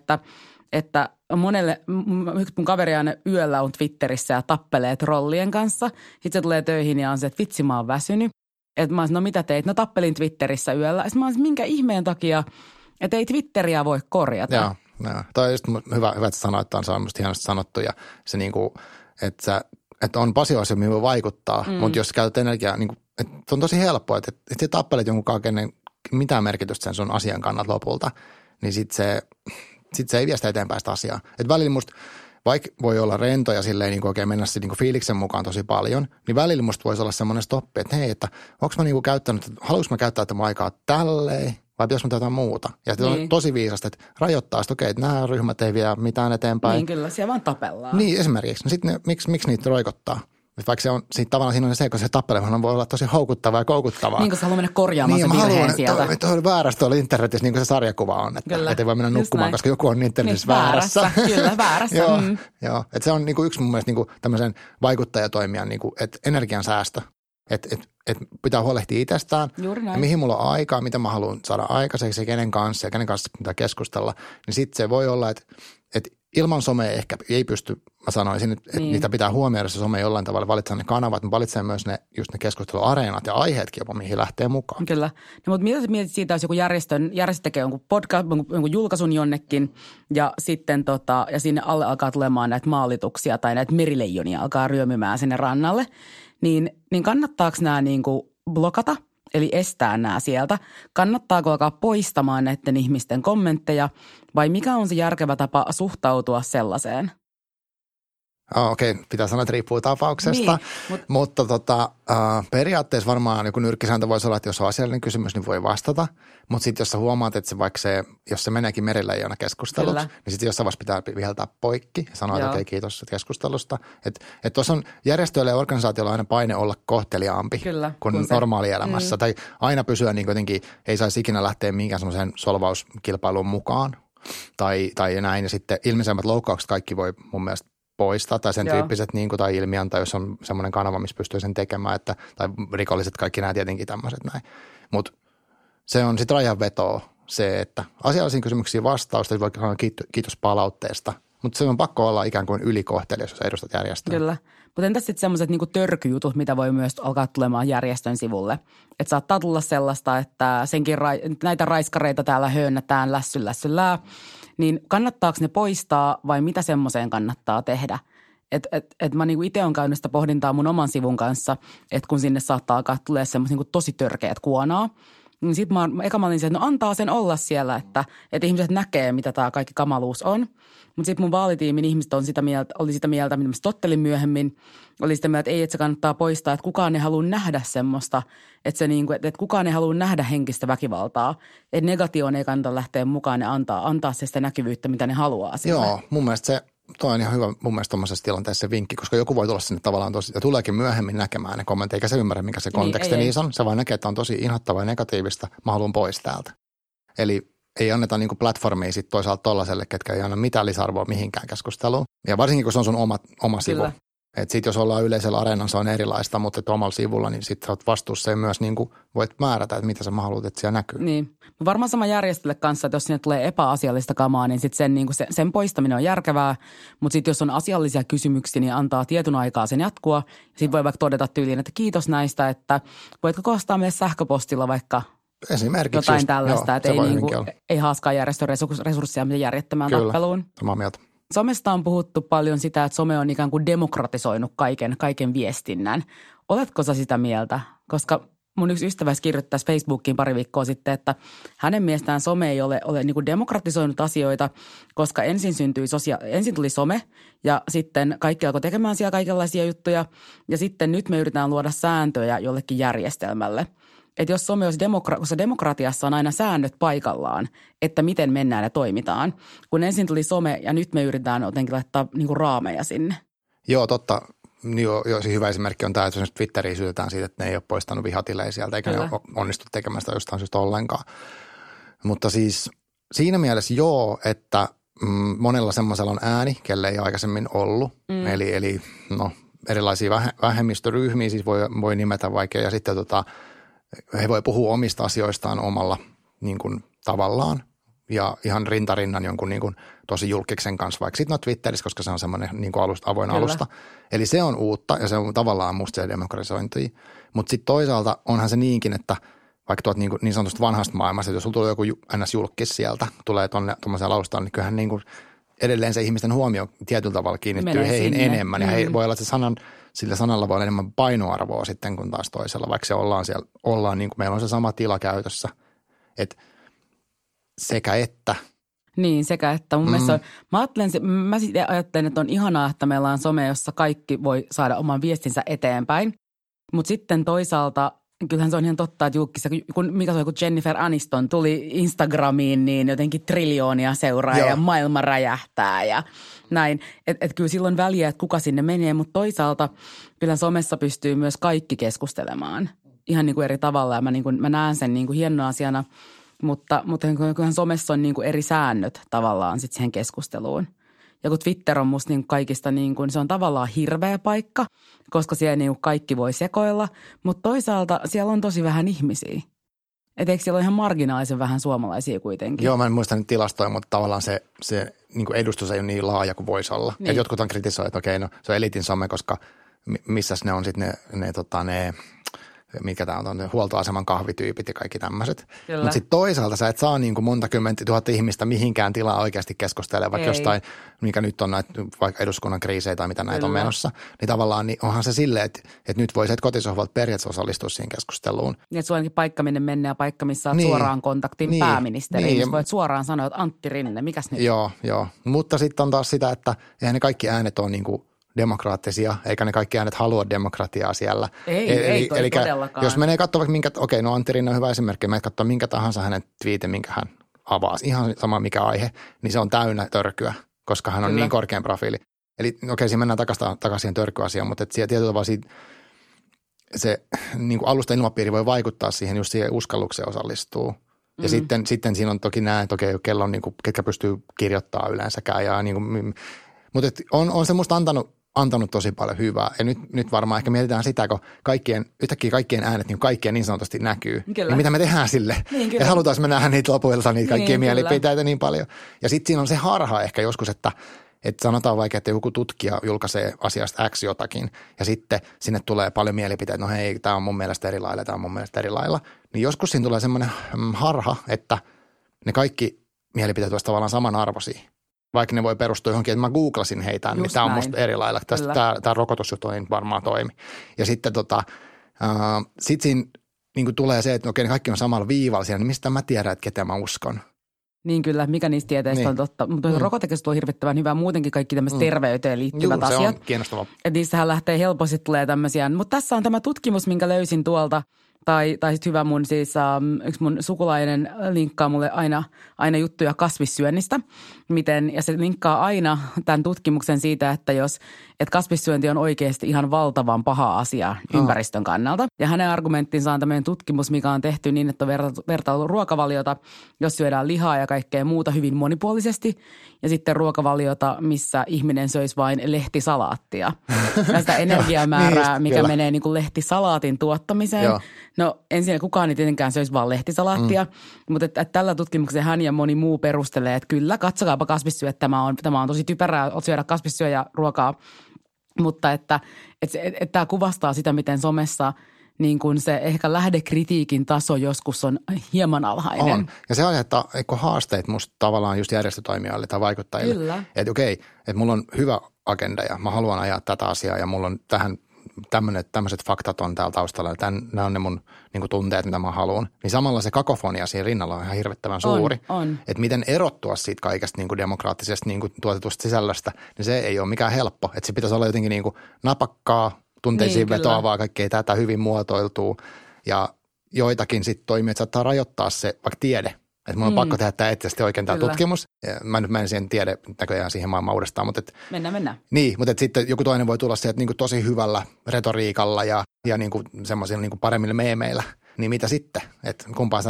että monelle, mun kaveri aina yöllä on Twitterissä ja tappelee trollien kanssa. Sitten se tulee töihin ja on se, että vitsi mä oon väsynyt. Että mä oon no mitä teit? No tappelin Twitterissä yöllä. Sitten mä oon minkä ihmeen takia, että ei Twitteriä voi korjata. Joo. Toi on just hyvä, että sanoit, että on musta hienosti sanottu ja se niin kuin, että on paljon asioita, mihin voi vaikuttaa, mutta jos käytät energiaa, niin kuin, että on tosi helppoa, että sä tappelet jonkun kenen mitään merkitystä sen sun asian kannalta lopulta, niin sit se ei vie sitä eteenpäin sitä asiaa. Että välillä musta, vaikka voi olla rento ja silleen niin oikein mennä niin kuin fiiliksen mukaan tosi paljon, niin välillä musta voisi olla semmoinen stoppi, että hei, että onko mä niin kuin käyttänyt, haluanko mä käyttää tämän aikaa tälleen vai pitäisi mä jotain muuta. Ja sitten on tosi viisasta, että rajoittaa sitä, okei, että nämä ryhmät ei vie mitään eteenpäin. Niin kyllä, siellä vaan tapellaan. Niin esimerkiksi. No sitten miksi niitä roikottaa? Vaikka se on, tavallaan siinä on se, kun se tappelemaan voi olla tosi houkuttavaa ja koukuttavaa. Niin kuin sä haluaa mennä korjaamaan sen virheen sieltä. Niin, toi on väärässä tuolla internetissä, niin kuin se sarjakuva on. Että ei voi mennä nukkumaan, koska joku on internetissä väärässä. Kyllä, väärässä. Joo, että se on niin kuin yksi mun mielestä niin kuin tämmöisen vaikuttajatoimijan, niin kuin, että energiansäästö. Että pitää huolehtia itsestään. Juuri näin. Ja mihin mulla on aikaa, mitä mä haluan saada aikaiseksi ja kenen kanssa pitää keskustella. Niin sitten se voi olla, että ilman somea ehkä ei pysty, mä sanoisin, että niitä pitää huomioida se some jollain tavalla, valitsaa ne kanavat, mutta valitsee myös ne keskusteluareenat ja aiheetkin jopa, mihin lähtee mukaan. Kyllä. No, mutta mitä sä mietit siitä, jos joku järjestö tekee jonkun podcast, jonkun julkaisun jonnekin ja sitten ja sinne alle alkaa tulemaan näitä maalituksia tai näitä merileijonia alkaa ryömymään sinne rannalle, niin kannattaako nämä niin kuin blokata? Eli estää nämä sieltä. Kannattaako alkaa poistamaan näiden ihmisten kommentteja vai mikä on se järkevä tapa suhtautua sellaiseen? Okei, pitää sanoa, että riippuu tapauksesta, mutta periaatteessa varmaan joku nyrkkisääntö voisi olla, että jos on asiallinen kysymys, niin voi vastata. Mutta sitten jos sä huomaat, että jos se meneekin merileijona keskustelut, niin sitten jossain vaiheessa pitää viheltää poikki ja sanoa, että okei, kiitos keskustelusta. Että tuossa on järjestöille ja organisaatioilla aina paine olla kohteliaampi kuin normaalielämässä. Tai aina pysyä niin jotenkin, ei saisi ikinä lähteä mihinkään semmoiseen solvauskilpailuun mukaan tai näin. Ja sitten ilmeisemmät loukkaukset kaikki voi mun mielestä poistaa tai sen tyyppiset tai ilmiantaa, jos on semmoinen kanava, missä pystyy sen tekemään, tai rikolliset kaikki nämä tietenkin tämmöiset näin. Mutta se on sitten rajanvetoa se, että asiallisiin kysymyksiin vastausta, voi sanoa kiitos palautteesta, mutta se on pakko olla ikään kuin ylikohtelias, jos edustat järjestöä. Kyllä, mutta entäs sitten semmoiset törkyjutut, mitä voi myös alkaa tulemaan järjestön sivulle? Että saattaa tulla sellaista, että näitä raiskareita täällä höönnätään lässyllää. Niin kannattaako ne poistaa vai mitä semmoiseen kannattaa tehdä? Et mä niinku itse olen käynyt sitä pohdintaa mun oman sivun kanssa, että kun sinne saattaa alkaa tulee semmoiset niinku tosi törkeät kuonaa. Niin sit mä olin se, että no antaa sen olla siellä, että ihmiset näkee, mitä tämä kaikki kamaluus on. Mutta sitten mun vaalitiimin ihmiset oli sitä mieltä, mitä mä tottelin myöhemmin, oli sitä mieltä, että ei, että se kannattaa poistaa, että kukaan ei halua nähdä semmoista, että kukaan ei halua nähdä henkistä väkivaltaa. Että negatioon ei kannata lähteä mukaan ja antaa se sitä näkyvyyttä, mitä ne haluaa sille. Joo, mun mielestä toi on ihan hyvä mun mielestä tuommoisessa tilanteessa se vinkki, koska joku voi tulla sinne tavallaan ja tuleekin myöhemmin näkemään ne kommentit, eikä se ymmärrä, mikä se konteksti niissä on. Se vaan näkee, että on tosi inhottavaa ja negatiivista, mä haluan pois täältä. Eli ei anneta niinku platformia sitten toisaalta tollaselle, ketkä ei anna mitään lisäarvoa mihinkään keskusteluun. Ja varsinkin, kun se on sun oma sivu. Että sitten jos ollaan yleisellä areenalla, se on erilaista, mutta omalla sivulla, niin sitten sä oot vastuussa ja myös niinku voit määrätä, että mitä sä haluat, että siellä näkyy. Niin. Varmaan sama järjestölle kanssa, että jos sinne tulee epäasiallista kamaa, niin sitten sen poistaminen on järkevää. Mutta sitten jos on asiallisia kysymyksiä, niin antaa tietyn aikaa sen jatkua. Sitten voi vaikka todeta tyyliin, että kiitos näistä, että voitko koostaa meille sähköpostilla vaikka esimerkiksi jotain tällaista, että ei haaskaa järjestön resursseja mitä järjettömään tappeluun. Samaa mieltä. Somesta on puhuttu paljon sitä, että some on ikään kuin demokratisoinut kaiken viestinnän. Oletko sä sitä mieltä? Koska mun yksi ystäväsi kirjoittaisi Facebookiin pari viikkoa sitten, että hänen mielestään some ei ole niin kuin demokratisoinut asioita, koska ensin tuli some ja sitten kaikki alkoi tekemään siellä kaikenlaisia juttuja ja sitten nyt me yritetään luoda sääntöjä jollekin järjestelmälle. Että jos some olisi koska demokratiassa on aina säännöt paikallaan, että miten mennään ja toimitaan. Kun ensin tuli some ja nyt me yritetään jotenkin laittaa niinku raameja sinne. Joo, totta. Joo, se hyvä esimerkki on tämä, että jos Twitteriin syytetään siitä, että ne ei ole poistanut vihatilejä sieltä, eikä ne ole onnistu tekemään sitä jostain syystä ollenkaan. Mutta siis siinä mielessä että monella semmoisella on ääni, kelle ei aikaisemmin ollut. Eli erilaisia vähemmistöryhmiä siis voi nimetä vaikea ja sitten he voi puhua omista asioistaan omalla niin kuin, tavallaan ja ihan rintarinnan jonkun niin kuin, tosi julkiksen kanssa, vaikka sitten Twitterissä, koska se on semmoinen niin kuin avoin alusta. Eli se on uutta ja se on tavallaan musta se demokratisointi. Mutta sitten toisaalta onhan se niinkin, että vaikka tuot niin sanotusta vanhasta maailmasta, että jos sulla tulee joku NS-julkis sieltä, tulee tuommoiseen alustaan, niin kyllähän niin kuin edelleen se ihmisten huomio tietyllä tavalla kiinnittyy heihin enemmän. Ja he voi olla, että sillä sanalla voi olla enemmän painoarvoa sitten kuin taas toisella, vaikka se ollaan niin kuin meillä on se sama tila käytössä. Että sekä että. Niin, sekä että. Mun mielestä mä ajattelen, että on ihanaa, että meillä on some, jossa kaikki voi saada oman viestinsä eteenpäin. Mutta sitten toisaalta kyllähän se on ihan totta, että kun Jennifer Aniston tuli Instagramiin, niin jotenkin triljoonia seuraajia ja maailma räjähtää ja näin. Että kyllä silloin väliä, että kuka sinne menee, mutta toisaalta kyllä somessa pystyy myös kaikki keskustelemaan ihan niin kuin eri tavalla ja mä näen sen niin kuin hienona asiana, mutta kyllähän somessa on niin kuin eri säännöt tavallaan sitten siihen keskusteluun. Ja kun Twitter on musta niin kaikista, niin kuin, se on tavallaan hirveä paikka, koska siellä niin kaikki voi sekoilla, mutta toisaalta siellä on tosi vähän ihmisiä. Että eikö siellä ole ihan marginaalisen vähän suomalaisia kuitenkin? Joo, mä en muista nyt tilastoja, mutta tavallaan se niin kuin edustus ei ole niin laaja kuin voisi olla. Niin. Että jotkut on kritisoitu, että okei, no se on elitin some, koska missäs ne on sitten ne mitkä tämä on, huoltoaseman kahvityypit ja kaikki tämmöiset. Mutta sitten toisaalta sä et saa niin kuin monta kymmentä tuhatta ihmistä mihinkään tilaa oikeasti keskustelemaan, vaikka jostain, mikä nyt on näitä vaikka eduskunnan kriisejä tai mitä näitä on menossa. Niin tavallaan niin onhan se silleen, että nyt voisi kotisohvalta periaatteessa osallistua siihen keskusteluun. Niin, että sulla onkin paikka, minne mennä ja paikka, missä olet suoraan kontaktin pääministeriin. Niin. Voit suoraan sanoa, että Antti Rinne, mikäs nyt? Joo. Mutta sitten on taas sitä, että eihän ne kaikki äänet ole niin kuin demokraattisia, eikä ne kaikki äänet halua demokratiaa siellä. Ei todellakaan. Jos menee katsomaan Antti Rinne on hyvä esimerkki, menee katsomaan minkä tahansa hänen twiitin, minkä hän avaa, ihan sama mikä aihe, niin se on täynnä törkyä, koska hän on niin korkean profiili. Eli siinä mennään takaisin siihen törkyasiaan, mutta siellä tietyllä tavalla se niin kuin alusta ilmapiiri voi vaikuttaa siihen, just siihen uskallukseen osallistuu. Ja sitten siinä on toki kello on niin kuin, ketkä pystyy kirjoittamaan yleensäkään. Ja niin kuin, mutta on se musta antanut tosi paljon hyvää. Ja nyt varmaan ehkä mietitään sitä, kun yhtäkkiä kaikkien äänet niin kaikkien niin sanotusti näkyy. Niin mitä me tehdään sille? Niin, ja halutaanko me nähdä niitä lopuilta, niitä kaikkia mielipiteitä niin paljon. Ja sitten siinä on se harha ehkä joskus, että sanotaan vaikka, että joku tutkija julkaisee asiasta X jotakin ja sitten sinne tulee paljon mielipiteitä, no hei, tämä on mun mielestä eri lailla, tämä on mun mielestä eri lailla. Niin joskus siinä tulee semmoinen harha, että ne kaikki mielipiteet ovat tavallaan samanarvoisia. Vaikka ne voi perustua johonkin, että mä googlasin heitä, niin tämä on musta eri lailla. Tämä rokotusjuttu ei varmaan toimi. Ja sitten sit siinä niin tulee se, että okei, ne kaikki on samalla viivalla siellä, niin mistä mä tiedän, että ketä mä uskon. Niin kyllä, mikä niistä tieteistä on totta. Mutta rokotekeskus on hirvittävän hyvää. Muutenkin kaikki tämmöiset terveyteen liittyvät asiat. Se on kiinnostavaa. Että niissähän lähtee helposti tulee tämmöisiä. Mutta tässä on tämä tutkimus, minkä löysin tuolta. Tai sitten hyvä yksi mun sukulainen linkkaa mulle aina juttuja kasvissyönnistä. Ja se linkkaa aina tämän tutkimuksen siitä, että että kasvissyönti on oikeasti ihan valtavan paha asia ympäristön kannalta. Ja hänen argumenttinsa on tämmöinen tutkimus, mikä on tehty niin, että on vertailu ruokavaliota, jos syödään lihaa ja kaikkea muuta hyvin monipuolisesti. Ja sitten ruokavaliota, missä ihminen söisi vain lehtisalaattia. Ja sitä energiamäärää, mikä menee niin kuin lehtisalaatin tuottamiseen. Joo. No ensin kukaan ei tietenkään söisi vaan lehtisalaattia, mutta että tällä tutkimuksella hän ja moni muu perustelee, että kyllä, katsokaapa kasvissyö, että tämä on tosi typerää syödä kasvissyöjä ruokaa. Mutta että tämä kuvastaa sitä, miten somessa niin kuin se ehkä lähdekritiikin taso joskus on hieman alhainen. On. Ja se on, että haasteet musta tavallaan just järjestötoimijoille tai vaikuttajille. Kyllä. Että okei, että mulla on hyvä agenda ja mä haluan ajaa tätä asiaa ja mulla on tämmöiset faktat on täällä taustalla. Nämä on ne mun niin kuin tunteet, mitä mä haluan. Niin samalla se kakofonia siinä rinnalla on ihan hirvittävän suuri. On. Että miten erottua siitä kaikesta niin kuin demokraattisesta niin kuin tuotetusta sisällöstä, niin se ei ole mikään helppo. Että se pitäisi olla jotenkin niin kuin napakkaa, tunteisiin vetoavaa, kaikkea tätä hyvin muotoiltuu. Ja joitakin sitten toimijat saattaa rajoittaa se vaikka tiede. Että mun on pakko tehdä tämä eettisesti oikein tämä tutkimus. Mä en siihen tiedä näköjään siihen maailmaan uudestaan. Mutta mennään. Niin, mutta sitten joku toinen voi tulla sieltä niin tosi hyvällä retoriikalla ja niin semmoisilla niin paremmilla meemeillä. Niin mitä sitten? Että kumpaan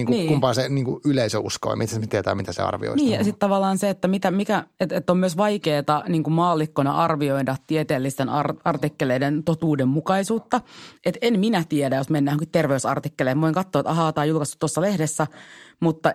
se niin yleisö uskoo ja miten se tietää, mitä se arvioi. Niin ja sitten tavallaan se, että että on myös vaikeaa niin maallikkona arvioida tieteellisten artikkeleiden totuudenmukaisuutta. Että en minä tiedä, jos mennään terveysartikkeleen. Voin katsoa, että ahaa, tämä on julkaistu tuossa lehdessä, mutta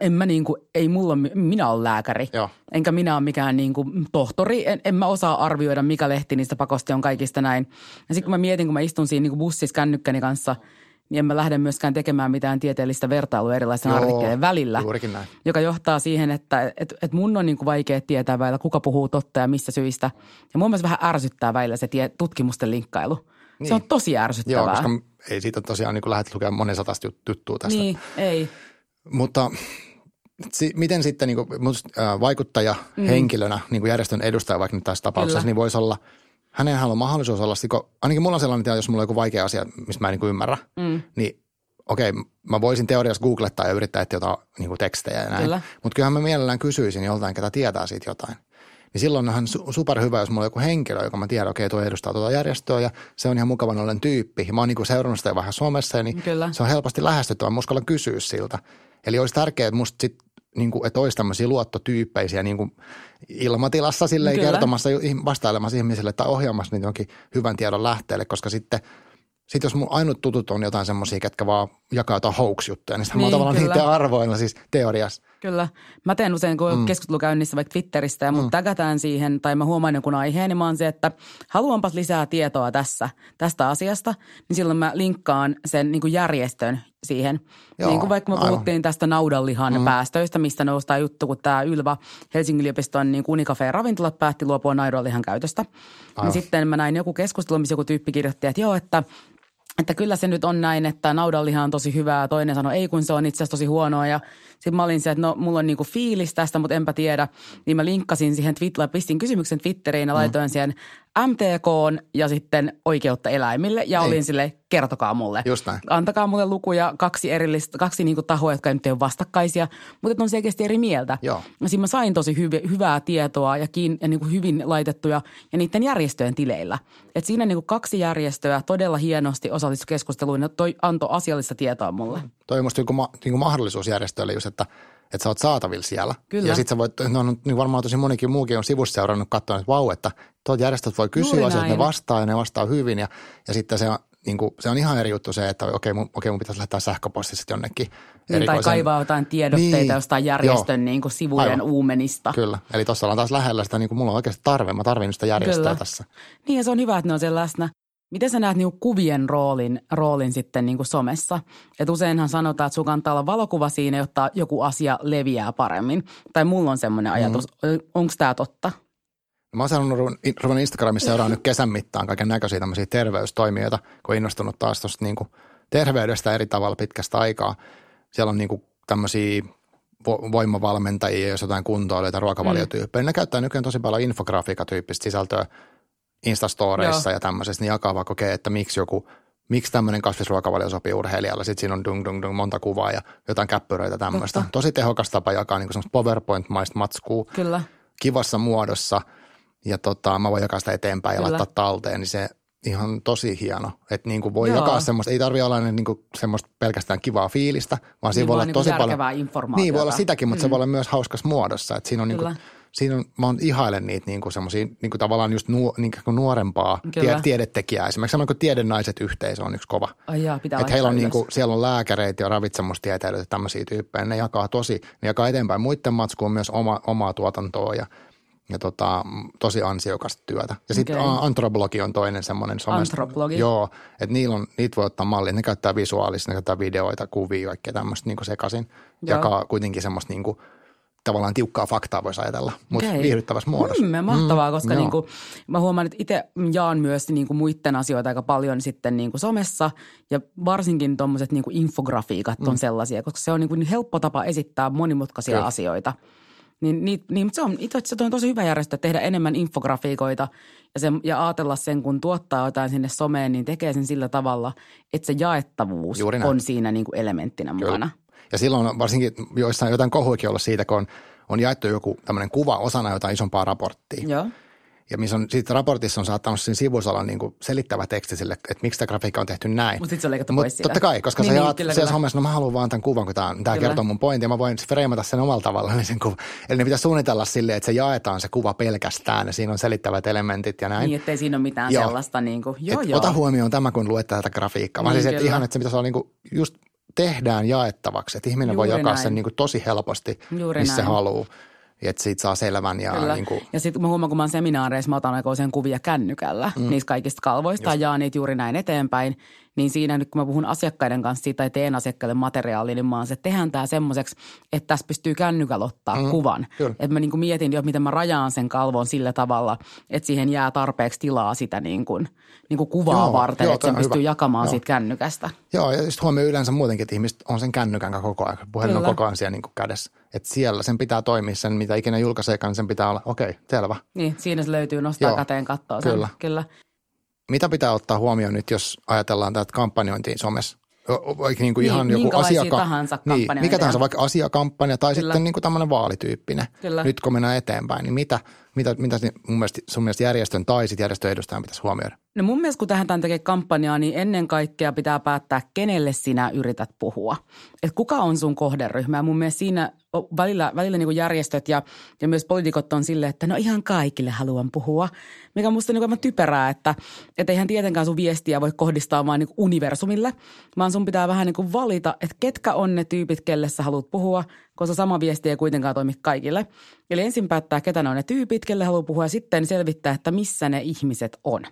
minä olen lääkäri. Joo. Enkä minä ole mikään tohtori. En mä osaa arvioida, mikä lehti niistä pakosti on kaikista näin. Ja sitten kun mä mietin, kun mä istun siinä bussissa kännykkäni kanssa – niin en mä lähde myöskään tekemään mitään tieteellistä vertailua erilaisten artikkeleiden välillä, joka johtaa siihen, että mun on vaikea tietää välillä, kuka puhuu totta ja missä syistä. Ja mun mielestä vähän ärsyttää välillä se tutkimusten linkkailu. Niin. Se on tosi ärsyttävää. Joo, koska ei siitä tosiaan lähdet lukemaan monen satasta juttua tästä. Niin, ei. Mutta miten sitten vaikuttaja henkilönä, järjestön edustaja vaikka nyt tässä tapauksessa, niin voisi olla – hänenhän on mahdollisuus olla, ainakin mulla on sellainen, jos mulla on joku vaikea asia, mistä mä en ymmärrä, niin okei, mä voisin teoriassa googlettaa ja yrittää etsiä jotain tekstejä ja näin. Mutta kyllähän mä mielellään kysyisin joltain, ketä tietää siitä jotain. Niin silloin on superhyvä, jos mulla on joku henkilö, joka mä tiedän, okei, tuo edustaa tuota järjestöä ja se on ihan mukavan ollen tyyppi. Ja mä oon seurannut sitä vähän somessa, niin se on helposti lähestyttävä, mä uskallan kysyä siltä. Eli olisi tärkeää, että musta sitten että olisi tämmöisiä luottotyyppejä ilmatilassa silleen kertomassa, vastailemassa ihmisille tai ohjaamassa niitä jonkin hyvän tiedon lähteelle, koska sitten Sitten jos mun ainut tutut on jotain semmoisia, ketkä vaan jakaa jotain hoax-juttuja, niin mä oon tavallaan niiden arvoilla siis teoriassa. Kyllä. Mä teen usein, kun keskustelu käynnissä vaikka Twitteristä ja mut tägätään siihen, tai mä huomaan jonkun aiheen, niin mä oon se, että haluanpas lisää tietoa tästä asiasta, niin silloin mä linkkaan sen niin kuin järjestön siihen. Joo, niin kuin vaikka me puhuttiin tästä naudanlihan päästöistä, mistä noustaa juttu, kun tämä Ylva Helsingin yliopiston niin Unicafe-ravintolat päätti luopua naudanlihan käytöstä. Niin sitten mä näin joku keskustelu, missä joku tyyppi kirjoitti, että joo, että kyllä se nyt on näin, että naudanliha on tosi hyvää. Toinen sanoi, ei kun se on itse asiassa tosi huonoa. Ja sitten mä olin se, että no mulla on niinku fiilis tästä, mutta enpä tiedä. Niin mä linkkasin siihen pistin kysymyksen Twitteriin ja laitoin siihen MTK:n ja sitten oikeutta eläimille. Ja olin sille, kertokaa mulle. Just näin. Antakaa mulle lukuja, kaksi niinku tahoa, jotka nyt ei ole vastakkaisia, mutta on selkeästi eri mieltä. Joo. Ja siinä mä sain tosi hyvää tietoa ja niinku hyvin laitettuja ja niiden järjestöjen tileillä. Et siinä niinku 2 järjestöä todella hienosti osallistui keskusteluun ja antoi asiallista tietoa mulle. Toi on musta niinku mahdollisuus järjestöille just, että sä oot saatavilla siellä. Kyllä. Ja sit sä voit, niin varmaan tosi monikin muukin on sivussa seurannut katsoa, että vau, että tuot järjestöt voi kysyä asioita, ne vastaa ja ne vastaa hyvin. Ja sitten se on ihan eri juttu se, että okei, mun pitäisi lähettää sähköpostissa jonnekin erikoisen. Tai kaivaa jotain tiedotteita jostain järjestön niin kuin sivujen uumenista. Kyllä, eli tuossa ollaan taas lähellä sitä, niin kuin mulla on oikeasti tarve, mä tarvin sitä järjestöä tässä. Niin ja se on hyvä, että ne on siellä läsnä. Miten sä näet niinku kuvien roolin sitten niinku somessa? Että useinhan sanotaan, että sun kannattaa olla valokuva siinä, jotta joku asia leviää paremmin. Tai mulla on semmoinen ajatus. Onko tämä totta? Mä oon ruvennut Instagramissa seuraamaan nyt kesän mittaan kaiken näköisiä tämmöisiä terveystoimijoita, kun on innostunut taas tuosta niinku terveydestä eri tavalla pitkästä aikaa. Siellä on niinku tämmöisiä voimavalmentajia, jos jotain kuntoilijoita, ruokavaliotyyppejä. Ne käyttää nykyään tosi paljon infografiikatyyppistä sisältöä Instastoreissa ja tämmöisessä, niin jakaa vaikka että miksi tämmöinen kasvisruokavalio sopii urheilijalle. Sitten siinä on dung monta kuvaa ja jotain käppyröitä tämmöistä. Tosi tehokas tapa jakaa niin semmoista PowerPoint-maista matskua. Kyllä. Kivassa muodossa ja mä voin jakaa sitä eteenpäin ja laittaa talteen, niin se ihan tosi hieno. Että niin kuin voi jakaa semmoista, ei tarvitse olla niin kuin semmoista pelkästään kivaa fiilistä, vaan siinä voi olla tosi paljon informaatiota. Niin voi olla sitäkin, mutta se voi olla myös hauskas muodossa. Että siinä on mä ihailen niitä niinku semmoisia niinku tavallaan just nuorempaa tiedetekijää. Esimerkiksi semmoinen kuin Tiedennaiset yhteisö on yksi kova. Että heillä on siellä on lääkäreitä ja ravitsemustieteilijöitä ja tämmöisiä tyyppejä. Ne jakaa eteenpäin muiden matskuun myös omaa tuotantoa ja tosi ansiokasta työtä. Ja sitten Antropologi on toinen semmoinen Antropologi? Joo, että niitä voi ottaa malliin. Ne käyttää visuaalista, ne käyttää videoita, kuvia, kaikkea tämmöistä niinku sekaisin. Jakaa kuitenkin semmoista niinku tavallaan tiukkaa faktaa voisi ajatella, mutta viihdyttävässä muodossa. Mahtavaa, koska niinku, mä huomaan, että itse jaan myös niinku muiden asioita aika paljon sitten niinku somessa ja varsinkin tuommoiset niinku infografiikat on sellaisia, koska se on niinku helppo tapa esittää monimutkaisia asioita. Mutta se on tosi hyvä järjestö tehdä enemmän infografiikoita ja ajatella sen, kun tuottaa jotain sinne someen, niin tekee sen sillä tavalla, että se jaettavuus on siinä niinku elementtinä mukana. Ja silloin varsinkin jotain kohuikin olla siitä, kun on jaettu joku tämmöinen kuva osana jotain isompaa raporttia. Joo. Ja missä on, siitä raportissa on saattanut siinä sivussa olla niin kuin selittävä teksti sille, että miksi tämä grafiikka on tehty näin. Mutta sitten se on leikattu pois siitä. Totta kai, koska sä jaat siellä somessa, no mä haluan vaan tämän kuvan, kun tämä kertoo mun pointin ja mä voin freimata sen omalla tavalla. Niin sen kuvan. Eli ne pitäisi suunnitella silleen, että se jaetaan se kuva pelkästään ja siinä on selittävät elementit ja näin. Niin, ettei siinä ole mitään sellaista niin kuin, ota huomioon tämä, kun luet tätä grafiikkaa. Vaan siis, että ihan, että se pitäisi olla niin kuin just tehdään jaettavaksi, että ihminen voi jakaa sen niin kuin tosi helposti, missä se haluaa. Että siitä saa selvän. Ja sitten mä huomaan, kun mä oon seminaareissa, mä otan aika usein kuvia kännykällä niistä kaikista kalvoista ja jaan niitä juuri näin eteenpäin. Niin siinä nyt, kun mä puhun asiakkaiden kanssa siitä tai teen asiakkaille materiaalia, niin mä oon se, että tehdään tämä semmoiseksi, että tässä pystyy kännykällä ottaa kuvan. Että mä niin kuin mietin jo, miten mä rajaan sen kalvon sillä tavalla, että siihen jää tarpeeksi tilaa sitä niin kuin kuvaa varten, että sen pystyy jakamaan siitä kännykästä. Joo, ja sitten huomioon yleensä muutenkin, että ihmiset on sen kännykän koko ajan. Puhelin on koko ajan siellä niin kuin kädessä. Että siellä sen pitää toimia, sen mitä ikinä julkaiseekaan, sen pitää olla, selvä. Niin, siinä se löytyy nostaa käteen katsoa sen. Kyllä. Mitä pitää ottaa huomioon nyt, jos ajatellaan tätä kampanjointia somessa? Vaikka niin kuin ihan joku tahansa kampanjointia. Mikä tahansa, vaikka asiakampanja tai sitten niin kuin tämmöinen vaalityyppinen. Kyllä. Nyt kun mennään eteenpäin, niin mitä sun mielestä järjestön tai sitten järjestön edustajan pitäisi huomioida? No mun mielestä kun tähän tekee kampanjaa, niin ennen kaikkea pitää päättää, kenelle sinä yrität puhua. Että kuka on sun kohderyhmä. Ja mun mielestä siinä välillä niin kuin järjestöt ja myös poliitikot on silleen, että no ihan kaikille haluan puhua. Mikä on musta niin aivan typerää, että eihän tietenkään sun viestiä voi kohdistaa vaan niin kuin universumille, vaan sun pitää vähän niin kuin valita, että ketkä on ne tyypit, kelle sä haluat puhua, koska sama viesti ei kuitenkaan toimi kaikille. Eli ensin päättää, ketä ne on ne tyypit, kelle haluaa puhua, ja sitten selvittää, että missä ne ihmiset on.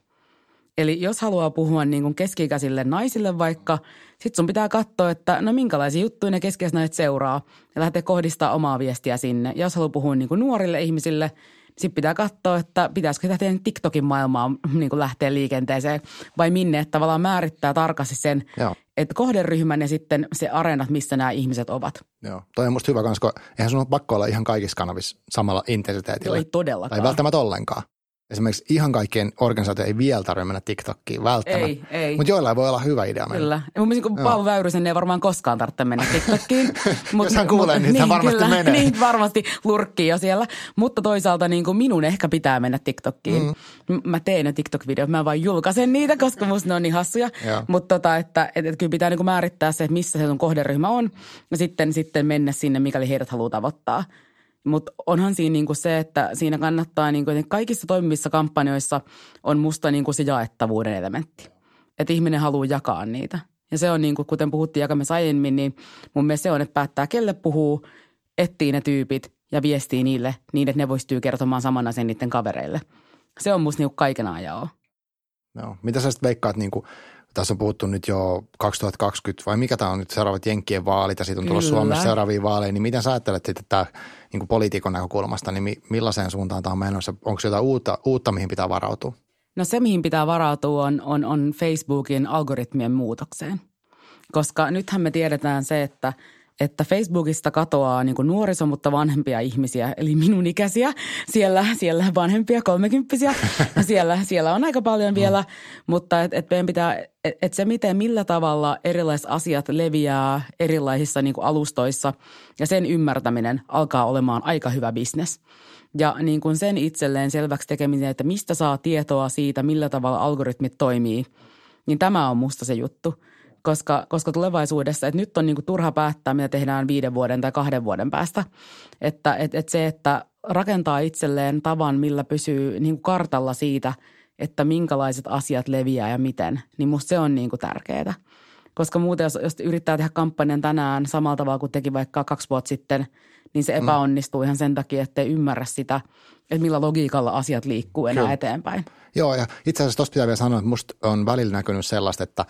Eli jos haluaa puhua niin kuin keski-ikäisille naisille vaikka, sit sun pitää katsoa, että no minkälaisia juttuja ne keski-ikäiset naiset seuraa ja lähteä kohdistaa omaa viestiä sinne. Ja jos haluaa puhua niin kuin nuorille ihmisille, niin sit pitää katsoa, että pitäisikö lähteä TikTokin maailmaan niin kuin lähteä liikenteeseen vai minne. Että tavallaan määrittää tarkasti sen, että kohderyhmän ja sitten se areenat, missä nämä ihmiset ovat. Joo, toi on musta hyvä kans, kun eihän sun ole pakko olla ihan kaikissa kanavissa samalla intensiteetillä. Ei todellakaan. Tai välttämättä ollenkaan. Esimerkiksi ihan kaikkien organisaatio ei vielä tarvitse mennä TikTokkiin välttämättä. Ei. Mutta joillain voi olla hyvä idea mennä. Kyllä. Mun mielestä Paavo Väyrysen ei varmaan koskaan tarvitse mennä TikTokkiin. Jos hän kuulee, niin hän varmasti kyllä, menee. Niin, varmasti lurkkii jo siellä. Mutta toisaalta niin kuin minun ehkä pitää mennä TikTokkiin. Mä teen ne TikTok-videot, mä vaan julkaisen niitä, koska musta ne on niin hassuja. Mutta että kyllä pitää niin kuin määrittää se, että missä se sun kohderyhmä on. Ja sitten mennä sinne, mikäli heidät haluaa tavoittaa. Mutta onhan siinä niinku se, että siinä kannattaa niinku, että kaikissa toimivissa kampanjoissa on musta niinku se jaettavuuden elementti. Että ihminen haluaa jakaa niitä. Ja se on niinku, kuten puhuttiin jakamassa aiemmin, niin mun mielestä se on, että päättää kelle puhuu, etsii ne tyypit ja viestii niille niin, että ne pystyy kertomaan saman asian niiden kavereille. Se on musta niinku kaiken ajan. Joo. Mitä sä sitten veikkaat niinku, tässä on puhuttu nyt jo 2020, vai mikä tämä on nyt seuraavat Jenkkien vaalit ja siitä on tullut Suomessa seuraavia vaaleja, niin miten sä ajattelet sitten tämä niin poliitikon näkökulmasta, niin millaiseen suuntaan tämä on menossa? Onko jotain uutta, mihin pitää varautua? No se, mihin pitää varautua on Facebookin algoritmien muutokseen, koska nythän me tiedetään se, että Facebookista katoaa niin kuin nuoriso, mutta vanhempia ihmisiä, eli minun ikäisiä. Siellä vanhempia, 30-vuotiaita. Siellä on aika paljon vielä, mutta et meidän pitää, että se millä tavalla erilaiset asiat leviää erilaisissa niin kuin alustoissa ja sen ymmärtäminen alkaa olemaan aika hyvä bisnes. Ja niin kuin sen itselleen selväksi tekeminen, että mistä saa tietoa siitä, millä tavalla algoritmit toimii, niin tämä on musta se juttu. Koska tulevaisuudessa, että nyt on niinku turha päättää, mitä tehdään 5 vuoden tai 2 vuoden päästä. Että se, että rakentaa itselleen tavan, millä pysyy niinku kartalla siitä, että minkälaiset asiat leviää ja miten, niin musta se on niinku tärkeää. Koska muuten, jos yrittää tehdä kampanjan tänään samalla tavalla kuin teki vaikka 2 vuotta sitten, niin se epäonnistuu ihan sen takia, ettei ymmärrä sitä, että millä logiikalla asiat liikkuu enää eteenpäin. Joo, ja itse asiassa tuossa pitää vielä sanoa, että musta on välillä näkynyt sellaista, että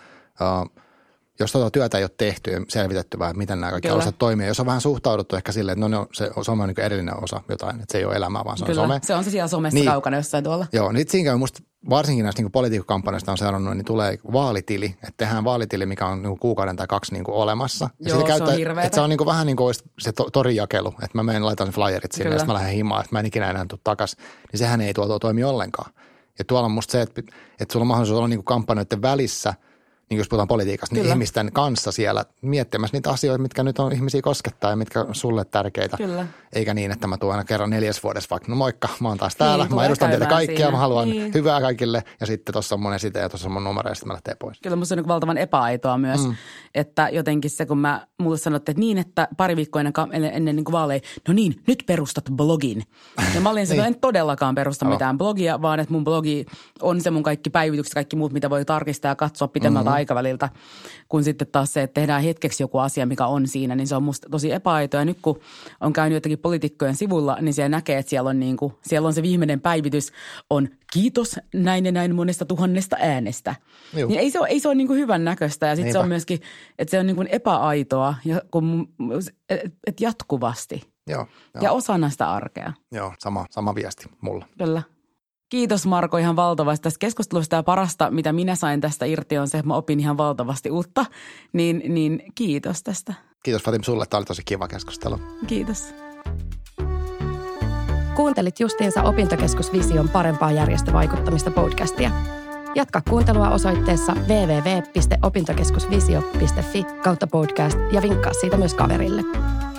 jos tuota työtä ei ole tehty ja selvitetty vai miten nämä kaikki osat toimii. Jos on vähän suhtauduttu ehkä silleen, että se some on niin erillinen osa jotain, että se ei ole elämää, vaan se on some. Se on se siellä somessa niin, kaukana jossain tuolla. Joo, niin siinä käy musta varsinkin näistä niin politiikkakampanjoista on seurannut, niin tulee vaalitili, että tehdään vaalitili, mikä on niin kuukauden tai 2 niin olemassa. Ja joo, se on hirveetä. Että se on niin vähän niin kuin se torijakelu, että mä menen laitan flyerit sinne, ja mä lähden himaan, että mä en ikinä enää tule takaisin. Niin sehän ei toimi ollenkaan. Ja tuolla on musta se, että sulla on mahdollisuus olla niin kampanjoiden välissä, niin jos puhutaan politiikasta, niin ihmisten kanssa siellä miettimässä niitä asioita, mitkä nyt on ihmisiä koskettaa ja mitkä on sulle tärkeitä. Kyllä. Eikä niin, että mä tuon aina kerran 4 vuodessa vaikka, no moikka, mä oon taas täällä, mä edustan teitä kaikkia, siinä. Mä haluan hyvää kaikille ja sitten tuossa on mun esite ja tuossa on mun numero ja sitten mä lähtee pois. Kyllä musta on niin valtavan epäaitoa myös, että jotenkin se, kun mulle sanottiin, että niin, että pari viikkoa ennen niin kuin vaaleja, no niin, nyt perustat blogin. Ja mä olin se, että en todellakaan perusta mitään blogia, vaan että mun blogi on se mun kaikki päivitykset, kaikki muut, mitä voi tarkistaa ja katsoa pitemmältä aikaväliltä, kun sitten taas se, että tehdään hetkeksi joku asia, mikä on siinä, niin se on musta tosi epäaitoa. Ja nyt kun on käynyt jotenkin poliitikkojen sivulla, niin siellä näkee, että siellä on se viimeinen päivitys, on kiitos näin ja näin monesta 1000 äänestä. Niin ei se ole niin kuin hyvän näköistä ja sitten se on myöskin, että se on niin kuin epäaitoa ja että jatkuvasti ja osana sitä arkea. Joo, sama viesti mulla. Kyllä. Kiitos Marko ihan valtavasti tästä keskustelusta ja parasta, mitä minä sain tästä irti on se, että mä opin ihan valtavasti uutta, niin kiitos tästä. Kiitos Fatim sulle, tämä oli tosi kiva keskustelu. Kiitos. Kuuntelit justiinsa Opintokeskus Vision parempaa järjestövaikuttamista podcastia. Jatka kuuntelua osoitteessa www.opintokeskusvisio.fi/podcast ja vinkkaa siitä myös kaverille.